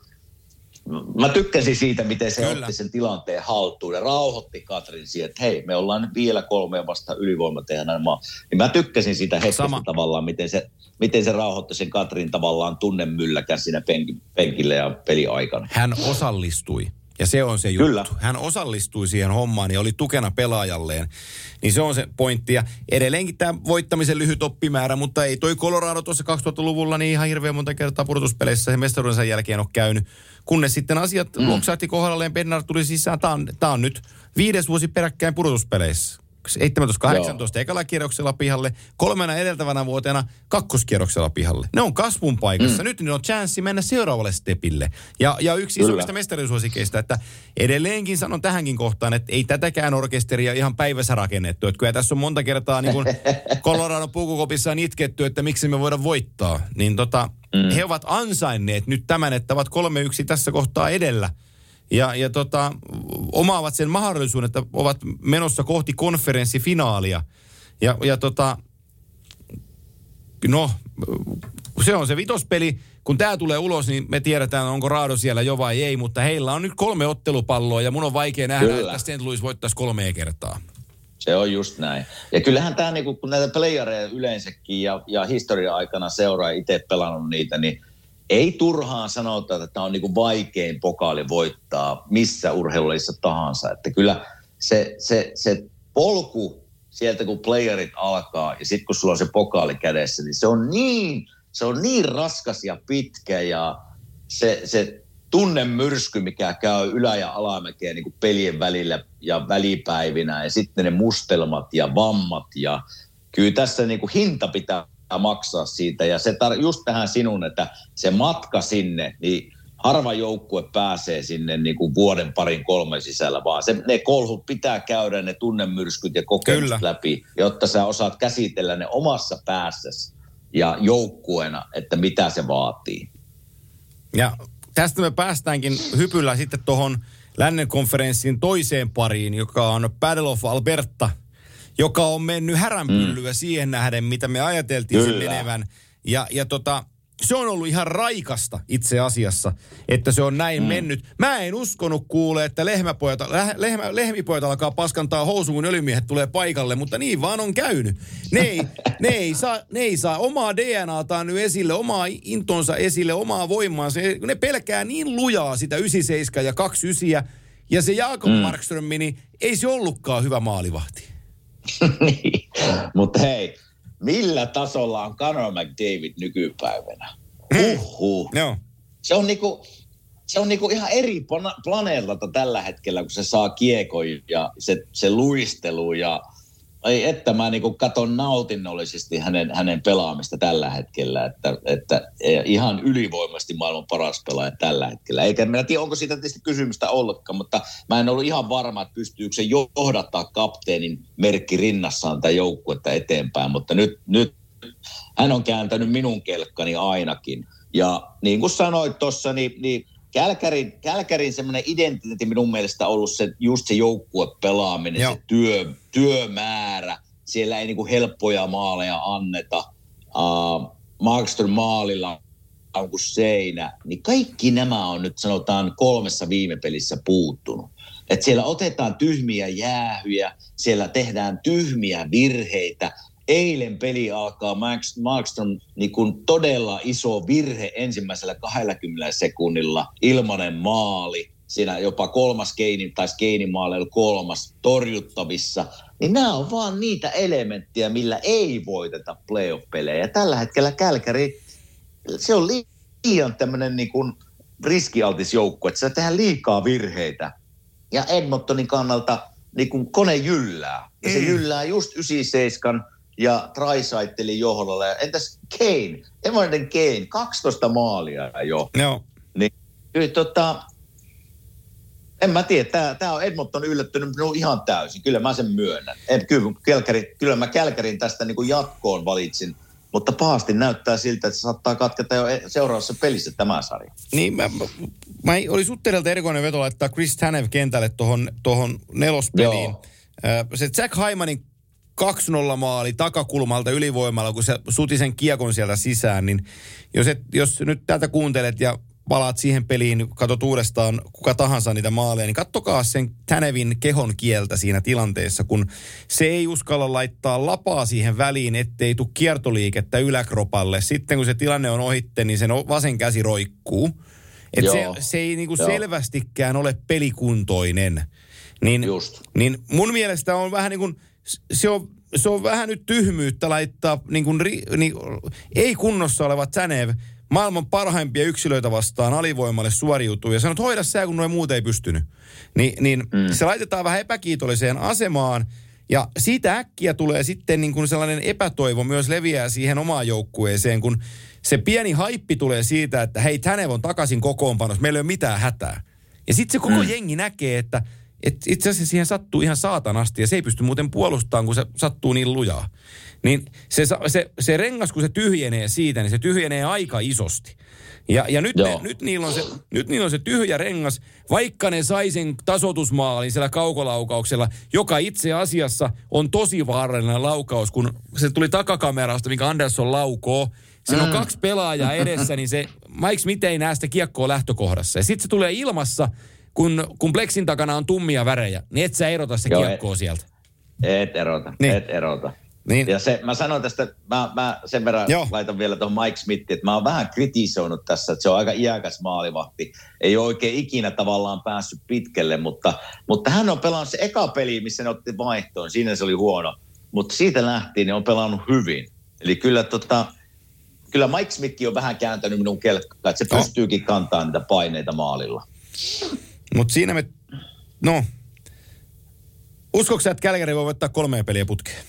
mä tykkäsin siitä, miten se Kyllä. otti sen tilanteen haltuun ja rauhoitti Katrin siihen, että hei, me ollaan nyt vielä kolmea vasta ylivoima tehdään maa. Niin mä tykkäsin siitä hetkestä Sama. tavallaan, miten se, miten se rauhoitti sen Katrin tavallaan tunnemylläkään siinä penk- penkillä ja peliaikana. Hän osallistui. Ja se on se juttu. Kyllä. Hän osallistui siihen hommaan ja oli tukena pelaajalleen. Niin se on se pointti. Ja edelleenkin tämä voittamisen lyhyt oppimäärä, mutta ei toi Colorado tuossa kaksituhattaluvulla niin ihan hirveän monta kertaa pudotuspeleissä ja mestaruudensa jälkeen ole käynyt. Kunnes sitten asiat mm. loksahti kohdalleen, Bednar tuli sisään. Tämä on, tämä on nyt viides vuosi peräkkäin pudotuspeleissä. seitsemäntoista kahdeksantoista ekalla kierroksella pihalle, kolmena edeltävänä vuotena kakkoskierroksella pihalle. Ne on kasvun paikassa. Mm. Nyt ne on chanssi mennä seuraavalle stepille. Ja, ja yksi isommista mestarisuosikeista, että edelleenkin sanon tähänkin kohtaan, että ei tätäkään orkesteria ihan päivässä rakennettu. Että kyllä tässä on monta kertaa niin kuin Colorado pukukopissa on itketty, että miksi me voidaan voittaa. Niin tota, mm. he ovat ansainneet nyt tämän, että ovat kolme yksi tässä kohtaa edellä. Ja, ja tota, omaavat sen mahdollisuuden, että ovat menossa kohti konferenssifinaalia. Ja, ja tota, no, se on se vitospeli. Kun tämä tulee ulos, niin me tiedetään, onko Raado siellä jo vai ei. Mutta heillä on nyt kolme ottelupalloa ja mun on vaikea nähdä, Kyllä. että Saint Louis voittaisi kolmea kertaa. Se on just näin. Ja kyllähän tämä, niin kun näitä playereja yleensäkin ja, ja historia-aikana seuraa itse pelannut niitä, niin ei turhaan sanota, että tämä on niin kuin vaikein pokaali voittaa missä urheilulajissa tahansa. Että kyllä se, se, se polku sieltä kun playerit alkaa ja sitten kun sulla on se pokaali kädessä, niin se on niin, se on niin raskas ja pitkä ja se, se tunnemyrsky, mikä käy ylä- ja alamäkeä niin kuin pelien välillä ja välipäivinä ja sitten ne mustelmat ja vammat ja kyllä tässä niin kuin hinta pitää maksaa siitä ja se tar- just tähän sinun, että se matka sinne, niin harva joukkue pääsee sinne niin kuin vuoden parin kolmen sisällä, vaan se, ne kolhut pitää käydä, ne tunnemyrskyt ja kokemukset läpi, jotta sä osaat käsitellä ne omassa päässäsi ja joukkueena, että mitä se vaatii. Ja tästä me päästäänkin hypyllä sitten tuohon lännen konferenssin toiseen pariin, joka on Battle of Alberta, joka on mennyt häränpyllyä mm. siihen nähden, mitä me ajateltiin sen menevän. Ja, ja tota, se on ollut ihan raikasta itse asiassa, että se on näin mm. mennyt. Mä en uskonut kuule, että lehmäpojat, lehmä, lehmipojat alkaa paskantaa housuun, kun öljymiehet tulee paikalle, mutta niin vaan on käynyt. Ne ei, ne ei, saa, ne ei saa omaa D N A:taan nyt esille, omaa intonsa esille, omaa voimaansa. Ne pelkää niin lujaa sitä yhdeksänkymmentäseitsemän ja kaksikymmentäyhdeksän, ja se Jakob mm. Markström, niin ei se ollutkaan hyvä maalivahti. Niin, mutta hei, millä tasolla on Connor McDavid nykypäivänä? Huhhuh. No. Se on niinku, se on niinku ihan eri planeetalta tällä hetkellä, kun se saa kiekon ja se, se luistelu ja ei, että mä niinku katon nautinnollisesti hänen, hänen pelaamista tällä hetkellä, että, että ihan ylivoimaisesti maailman paras pelaaja tällä hetkellä. Eikä mä tiedä, onko siitä tietysti kysymystä ollutkaan, mutta mä en ollut ihan varma, että pystyykö se johdattaa kapteenin merkki rinnassaan tai joukkuetta eteenpäin, mutta nyt, nyt hän on kääntänyt minun kelkkani ainakin. Ja niin kuin sanoit tuossa, niin, niin Kälkärin, Kälkärin semmoinen identiteetti minun mielestä ollut se, just se joukkuepelaaminen, Joo. se työ, työmäärä. Siellä ei niinku helppoja maaleja anneta. Uh, Markström maalilla on kuin seinä. Niin kaikki nämä on nyt sanotaan kolmessa viime pelissä puuttunut. Et siellä otetaan tyhmiä jäähyjä, siellä tehdään tyhmiä virheitä. Eilen peli alkaa Max, Markström niin kuin todella iso virhe ensimmäisellä kaksikymmentä sekunnilla, ilmanen maali, siinä jopa kolmas Keinin tai Keinin maali oli kolmas torjuttavissa. Niin nämä on vaan niitä elementtejä, millä ei voiteta playoff-pelejä. Tällä hetkellä Kälkäri, se on liian tämmöinen niin kuin riskialtis joukkue, että se tehdään liikaa virheitä. Ja Edmontonin kannalta niin kuin kone jyllää. Ja se jyllää just yhdeksänkymmentäseitsemän ja Draisaitlin johdolla. Entäs Kane? Evander Kane, kaksitoista maalia jo. Joo. Niin kyllä tota, en mä tiedä, tää, tää on Edmonton yllättynyt minun ihan täysin. Kyllä mä sen myönnän. En, kyllä, Kälkäri, kyllä mä Kälkärin tästä niin kuin jatkoon valitsin. Mutta pahasti näyttää siltä, että se saattaa katketa jo seuraavassa pelissä tämä sarja. Niin, mä, mä oli Sutterilta erikoinen veto laittaa Chris Tanev kentälle tohon, tohon nelospeliin. Joo. Se Jack Hymanin kaksi nolla maali takakulmalta ylivoimalla, kun se suti sen kiekon sieltä sisään, niin jos, et, jos nyt täältä kuuntelet ja palaat siihen peliin, katsot uudestaan kuka tahansa niitä maaleja, niin kattokaa sen Tanevin kehon kieltä siinä tilanteessa, kun se ei uskalla laittaa lapaa siihen väliin, ettei tule kiertoliikettä yläkropalle. Sitten kun se tilanne on ohitte, niin sen vasen käsi roikkuu. Että se, se ei niinku selvästikään ole pelikuntoinen. Niin, niin mun mielestä on vähän niin kuin, se on, se on vähän nyt tyhmyyttä laittaa niin kuin, niin, ei kunnossa oleva Tanev maailman parhaimpia yksilöitä vastaan alivoimalle suoriutuu ja sanoo, että hoida sä, kun noin muut ei pystynyt. Ni, niin mm. se laitetaan vähän epäkiitolliseen asemaan ja siitä äkkiä tulee sitten niin kuin sellainen epätoivo myös leviää siihen omaan joukkueeseen, kun se pieni haippi tulee siitä, että hei, Tanev on takaisin kokoonpanossa, meillä ei ole mitään hätää. Ja sitten se koko mm. jengi näkee, että et itse asiassa siihen sattuu ihan saatanasti ja se ei pysty muuten puolustamaan, kun se sattuu niin lujaa. Niin se, se, se rengas, kun se tyhjenee siitä, niin se tyhjenee aika isosti. Ja, ja nyt, ne, nyt, niillä on se, nyt niillä on se tyhjä rengas, vaikka ne sai sen tasoitusmaalin siellä kaukolaukauksella, joka itse asiassa on tosi vaarallinen laukaus, kun se tuli takakamerasta, minkä Anderson laukoo. Siinä on kaksi pelaajaa edessä, niin se Mike Smith ei näe sitä kiekkoa lähtökohdassa. Ja sitten se tulee ilmassa, kun, kun pleksin takana on tummia värejä, niin et sä erota se kiekkoa et, sieltä. Et erota, niin. et erota. Niin. Ja se, mä sanon tästä, mä, mä sen verran Joo. laitan vielä tuohon Mike Smithiin, että mä oon vähän kritisoinut tässä, että se on aika iäkäs maalivahti. Ei ole oikein ikinä tavallaan päässyt pitkälle, mutta, mutta hän on pelannut se eka peli, missä ne otti vaihtoon. Siinä se oli huono. mutta siitä lähtien ne on pelannut hyvin. Eli kyllä, tota, kyllä Mike Smith on vähän kääntänyt minun kelkkaa, että se no. pystyykin kantamaan niitä paineita maalilla. Mutta siinä me, no, uskoiko sä, että Calgary voi voittaa kolmea peliä putkeen?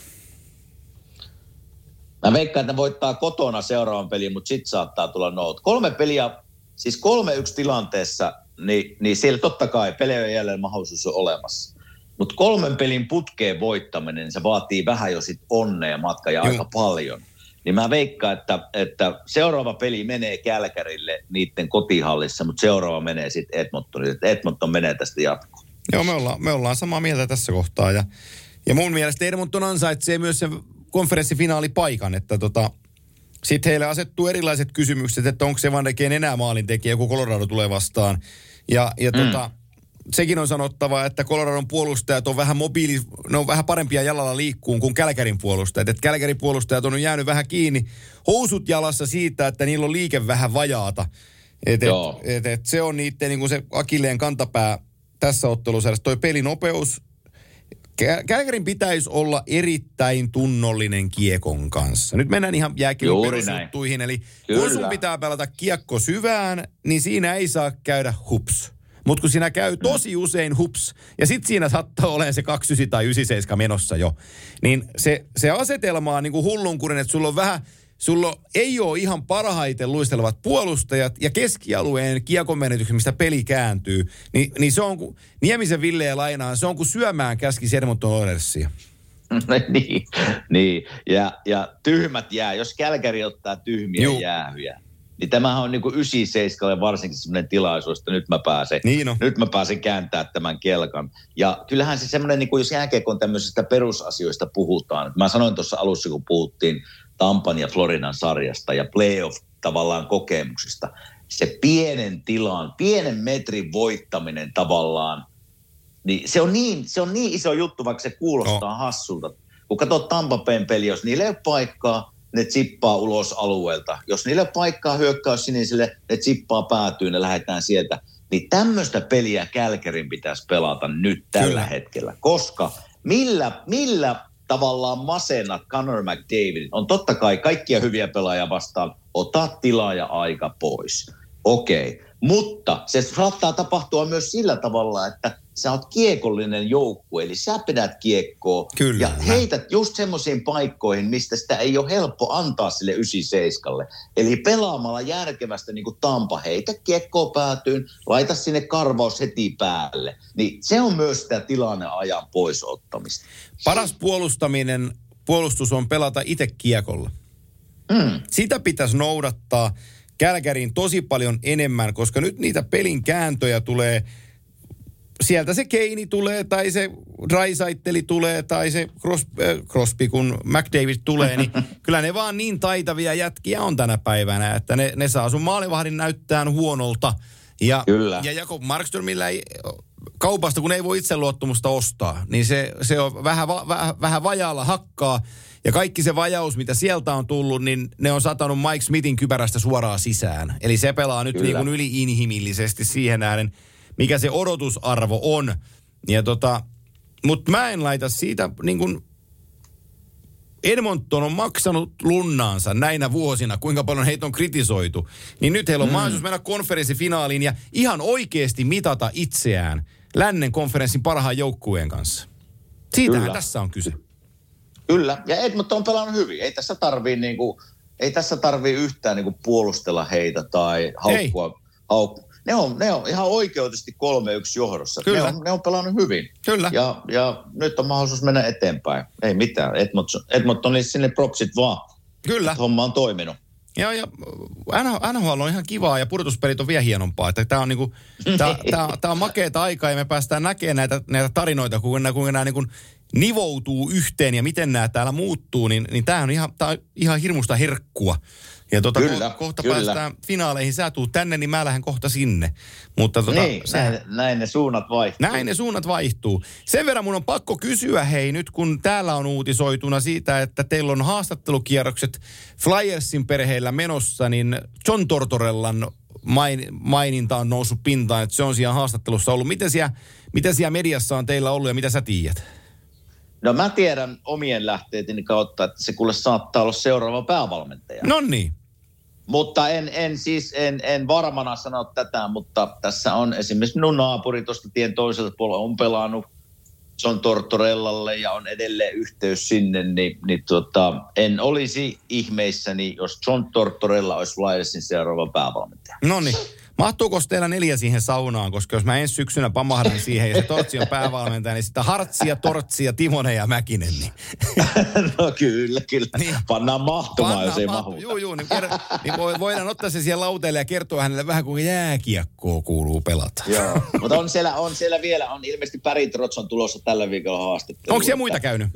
Mä veikkaan, että ne voittaa kotona seuraavan pelin, mutta sit saattaa tulla nout. Kolme peliä, siis kolme yksi tilanteessa, niin, niin siellä totta kai pelejä jälleen mahdollisuus on olemassa. Mutta kolmen pelin putkeen voittaminen, niin se vaatii vähän jo sit onnea matka ja Juh. aika paljon. Niin mä veikkaan, että, että seuraava peli menee Calgarylle niiden kotihallissa, mutta seuraava menee sitten Edmontonille. Että Edmonton menee tästä jatkoon. Joo, me ollaan, me ollaan samaa mieltä tässä kohtaa. Ja, ja mun mielestä Edmonton ansaitsee myös sen konferenssifinaalipaikan, että tota, sitten heille asettuu erilaiset kysymykset, että onko se Van de Ven enää maalintekijä, kun Colorado tulee vastaan. Ja, ja mm. tota, sekin on sanottava, että Coloradon puolustajat on vähän mobiili, ne on vähän parempia jalalla liikkuun kuin Calgaryn puolustajat. Että Calgaryn puolustajat on jäänyt vähän kiinni housut jalassa siitä, että niillä on liike vähän vajaata. Et, et, et, et se on niiden niin kuin se akilleen kantapää tässä ottelusarjassa. Toi pelinopeus. Calgaryn pitäisi olla erittäin tunnollinen kiekon kanssa. Nyt mennään ihan jääkiekon perusjuttuihin. Eli Kyllä. kun sun pitää pelata kiekko syvään, niin siinä ei saa käydä hups. Mutta kun siinä käy tosi usein hups, ja sit siinä sattuu olemaan se kaksikymmentäyhdeksän tai yhdeksänkymmentäseitsemän menossa jo, niin se, se asetelma on niinku hullunkurin, että sulla on vähän, sulla ei ole ihan parhaiten luistelevat puolustajat ja keskialueen kiekon menetykset, mistä peli kääntyy, niin, niin se on kuin Niemisen Ville ja lainaan, se on kuin syömään käski Edmonton Oilersia. niin, niin. Ja, ja tyhmät jää, jos Calgary ottaa tyhmiä Juh. jäähyjä. Niin tämähän on niin kuin yhdeksänkymmentäseitsemän varsinkin semmoinen tilaisuus, että nyt mä pääsen, niin nyt mä pääsen kääntämään tämän kelkan. Ja kyllähän se semmoinen, niin kuin jos jääkiekon tämmöisistä perusasioista puhutaan. Mä sanoin tuossa alussa, kun puhuttiin Tampan ja Floridan sarjasta ja playoff tavallaan kokemuksista. Se pienen tilan, pienen metrin voittaminen tavallaan, niin se on niin, se on niin iso juttu, vaikka se kuulostaa no. hassulta. Kun katsot Tampa Bayn peliä, jos niillä ei ole paikkaa, ne tsippaa ulos alueelta. Jos niillä on paikkaa hyökkäys sinisille, ne tsippaa päätyyn, ne lähdetään sieltä. Niin tämmöistä peliä Calgaryn pitäisi pelata nyt tällä Kyllä. hetkellä. Koska millä, millä tavallaan masennat Connor McDavid on totta kai kaikkia hyviä pelaajia vastaan, ota tilaa ja aika pois. Okei, okay. Mutta se saattaa tapahtua myös sillä tavalla, että sä oot kiekollinen joukkue, eli sä pidät kiekkoa Kyllä. ja heität just semmoisiin paikkoihin, mistä sitä ei ole helppo antaa sille yhdeksänkymmentäseitsemälle. Eli pelaamalla järkevästä niin kuin Tampa, heitä kiekkoa päätyyn, laita sinne karvaus heti päälle. Niin se on myös sitä tilanneajan poisottamista. Paras puolustaminen, puolustus on pelata itse kiekolla. Mm. Sitä pitäisi noudattaa Calgaryin tosi paljon enemmän, koska nyt niitä pelin kääntöjä tulee, sieltä se Keini tulee, tai se Draisaitteli tulee, tai se Crosby, äh, Crosby kun McDavid tulee, niin kyllä ne vaan niin taitavia jätkiä on tänä päivänä, että ne, ne saa sun maalivahdin näyttää huonolta. Ja, kyllä. ja Jakob Markströmillä ei, kaupasta, kun ei voi itseluottamusta ostaa, niin se, se on vähän, vähän, vähän vajaalla hakkaa. Ja kaikki se vajaus, mitä sieltä on tullut, niin ne on satanut Mike Smithin kypärästä suoraan sisään. Eli se pelaa nyt niin kuin yli-inhimillisesti siihen nähden, mikä se odotusarvo on. Ja tota, mutta mä en laita siitä, niin kuin Edmonton on maksanut lunnaansa näinä vuosina, kuinka paljon heitä on kritisoitu. Niin nyt heillä on mm. mahdollisuus mennä konferenssifinaaliin ja ihan oikeasti mitata itseään lännen konferenssin parhaan joukkueen kanssa. Siitähän Kyllä. tässä on kyse. Kyllä, ja Edmonton on pelannut hyvin. Ei tässä tarvii, niinku, ei tässä tarvii yhtään niinku puolustella heitä tai haukkua. Hauk... Ne, on, ne on ihan oikeutusti kolme yksi johdossa. Ne on, ne on pelannut hyvin. Kyllä. Ja, ja nyt on mahdollisuus mennä eteenpäin. Ei mitään. Edmonton, Edmontonille sinne propsit vaan. Kyllä. Homma on toiminut. Joo, ja N H L on ihan kivaa ja pudotuspelit on vielä hienompaa. Tämä on, niinku, tää, tää, tää on makeata aikaa ja me päästään näkemään näitä, näitä tarinoita, kuinka nämä, kuinka nämä niinku nivoutuu yhteen ja miten nämä täällä muuttuu, niin, niin tämä on ihan, tää on ihan hirmuista herkkua. Ja tota, kyllä, ko- kohta kyllä. päästään finaaleihin. Sä tuut tänne, niin mä lähden kohta sinne. Mutta tota, niin, sä... näin, näin ne suunnat vaihtuu. Näin ne suunnat vaihtuu. Sen verran mun on pakko kysyä, hei, nyt kun täällä on uutisoituna siitä, että teillä on haastattelukierrokset Flyersin perheillä menossa, niin John Tortorellan main, maininta on noussut pintaan, että se on siellä haastattelussa ollut. Miten siellä, miten siellä mediassa on teillä ollut ja mitä sä tiedät? No mä tiedän omien lähteetini kautta, että se kuule saattaa olla seuraava päävalmentaja. No niin. Mutta en, en siis, en, en varmana sano tätä, mutta tässä on esimerkiksi minun naapuri tuosta tien toiselta puolella on pelannut John Tortorellalle ja on edelleen yhteys sinne, niin, niin tuota, en olisi ihmeissäni, jos John Tortorella olisi Flyersin seuraava päävalmentaja. No niin. Mahtuuko teillä neljä siihen saunaan, koska jos mä ensi syksynä pamahdan siihen ja se Tortsi on päävalmentaja, niin sitä Hartsia, Tortsia, Timonen ja Mäkinen. Niin. No kyllä, kyllä. Niin. Pannaan mahtumaan, Pannaan jos ei mahtu. Joo, joo. Niin, ker- niin voidaan ottaa se siellä lauteelle ja kertoa hänelle vähän kuin jääkiekkoa kuuluu pelata. Joo, mutta on siellä, on siellä vielä, on ilmeisesti Barry Trotz on tulossa tällä viikolla haastatteluun. Onko siellä muita käynyt?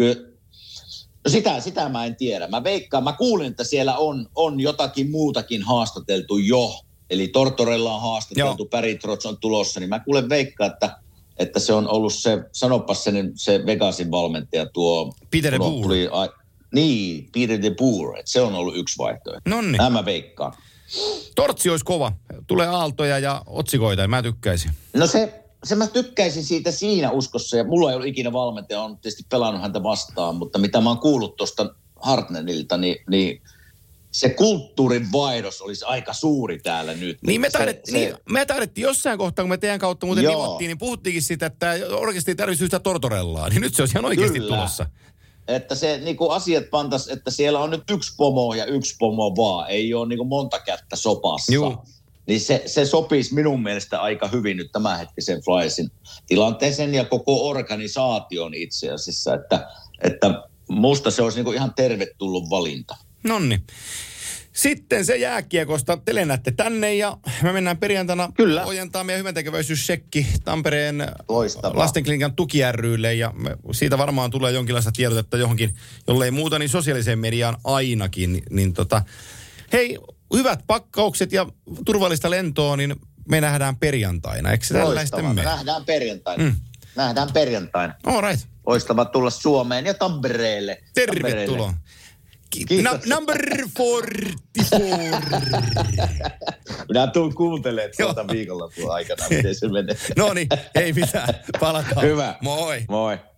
No sitä, sitä mä en tiedä. Mä veikkaan, mä kuulin, että siellä on, on jotakin muutakin haastateltu jo. Eli Tortorella on haastateltu, Barry Trotz on tulossa, niin mä kuulen veikkaa, että, että se on ollut se, sanopas se, se Vegasin valmentaja tuo... Peter de Boer. Tuli, a, niin, Peter de Boer, että se on ollut yksi vaihtoehto. Noniin. Nämä mä veikkaan. Tortsi olisi kova. Tulee aaltoja ja otsikoita, ja mä tykkäisin. No se, se mä tykkäisin siitä siinä uskossa, ja mulla ei ollut ikinä valmentaja, on tietysti pelannut häntä vastaan, mutta mitä mä oon kuullut tuosta Hartnellilta, niin... niin se kulttuurin vaihdos olisi aika suuri täällä nyt. Niin me, se, taidettiin, se... niin me taidettiin jossain kohtaa, kun me teidän kautta muuten Joo. nivottiin, niin puhuttiinkin siitä, että oikeasti tarvitsisi yhtä Tortorellaa. Niin nyt se olisi ihan oikeasti Kyllä. tulossa. Että se niin kuin asiat pantas, että siellä on nyt yksi pomo ja yksi pomo vaan. Ei ole niin kuin monta kättä sopassa. Juu. Niin se, se sopisi minun mielestä aika hyvin nyt tämänhetkisen Flyersin tilanteeseen ja koko organisaation itse asiassa. Että, että musta se olisi niin kuin ihan tervetullut valinta. Nonni. Sitten se jääkiekosta te lennätte tänne ja me mennään perjantaina Kyllä. ojentaa meidän hyväntekeväisyyssekki Tampereen Loistavaa. lastenklinikan tuki ry:lle ja me, siitä varmaan tulee jonkinlaista tiedotetta johonkin, jollei muuta, niin sosiaaliseen mediaan ainakin. Niin tota, hei, hyvät pakkaukset ja turvallista lentoa, niin me nähdään perjantaina. Eikö se tällaista mene? Nähdään perjantaina. Mm. Nähdään perjantaina. All right. Loistavaa tulla Suomeen ja Tampereelle. Tervetuloa. Tampereelle. Kiitos. No, number neljäkymmentäneljä. Minä tuun kuuntelemaan tuolta viikonloppuun aikana, miten se menee. No niin, ei mitään. Palataan. Hyvä. Moi. Moi.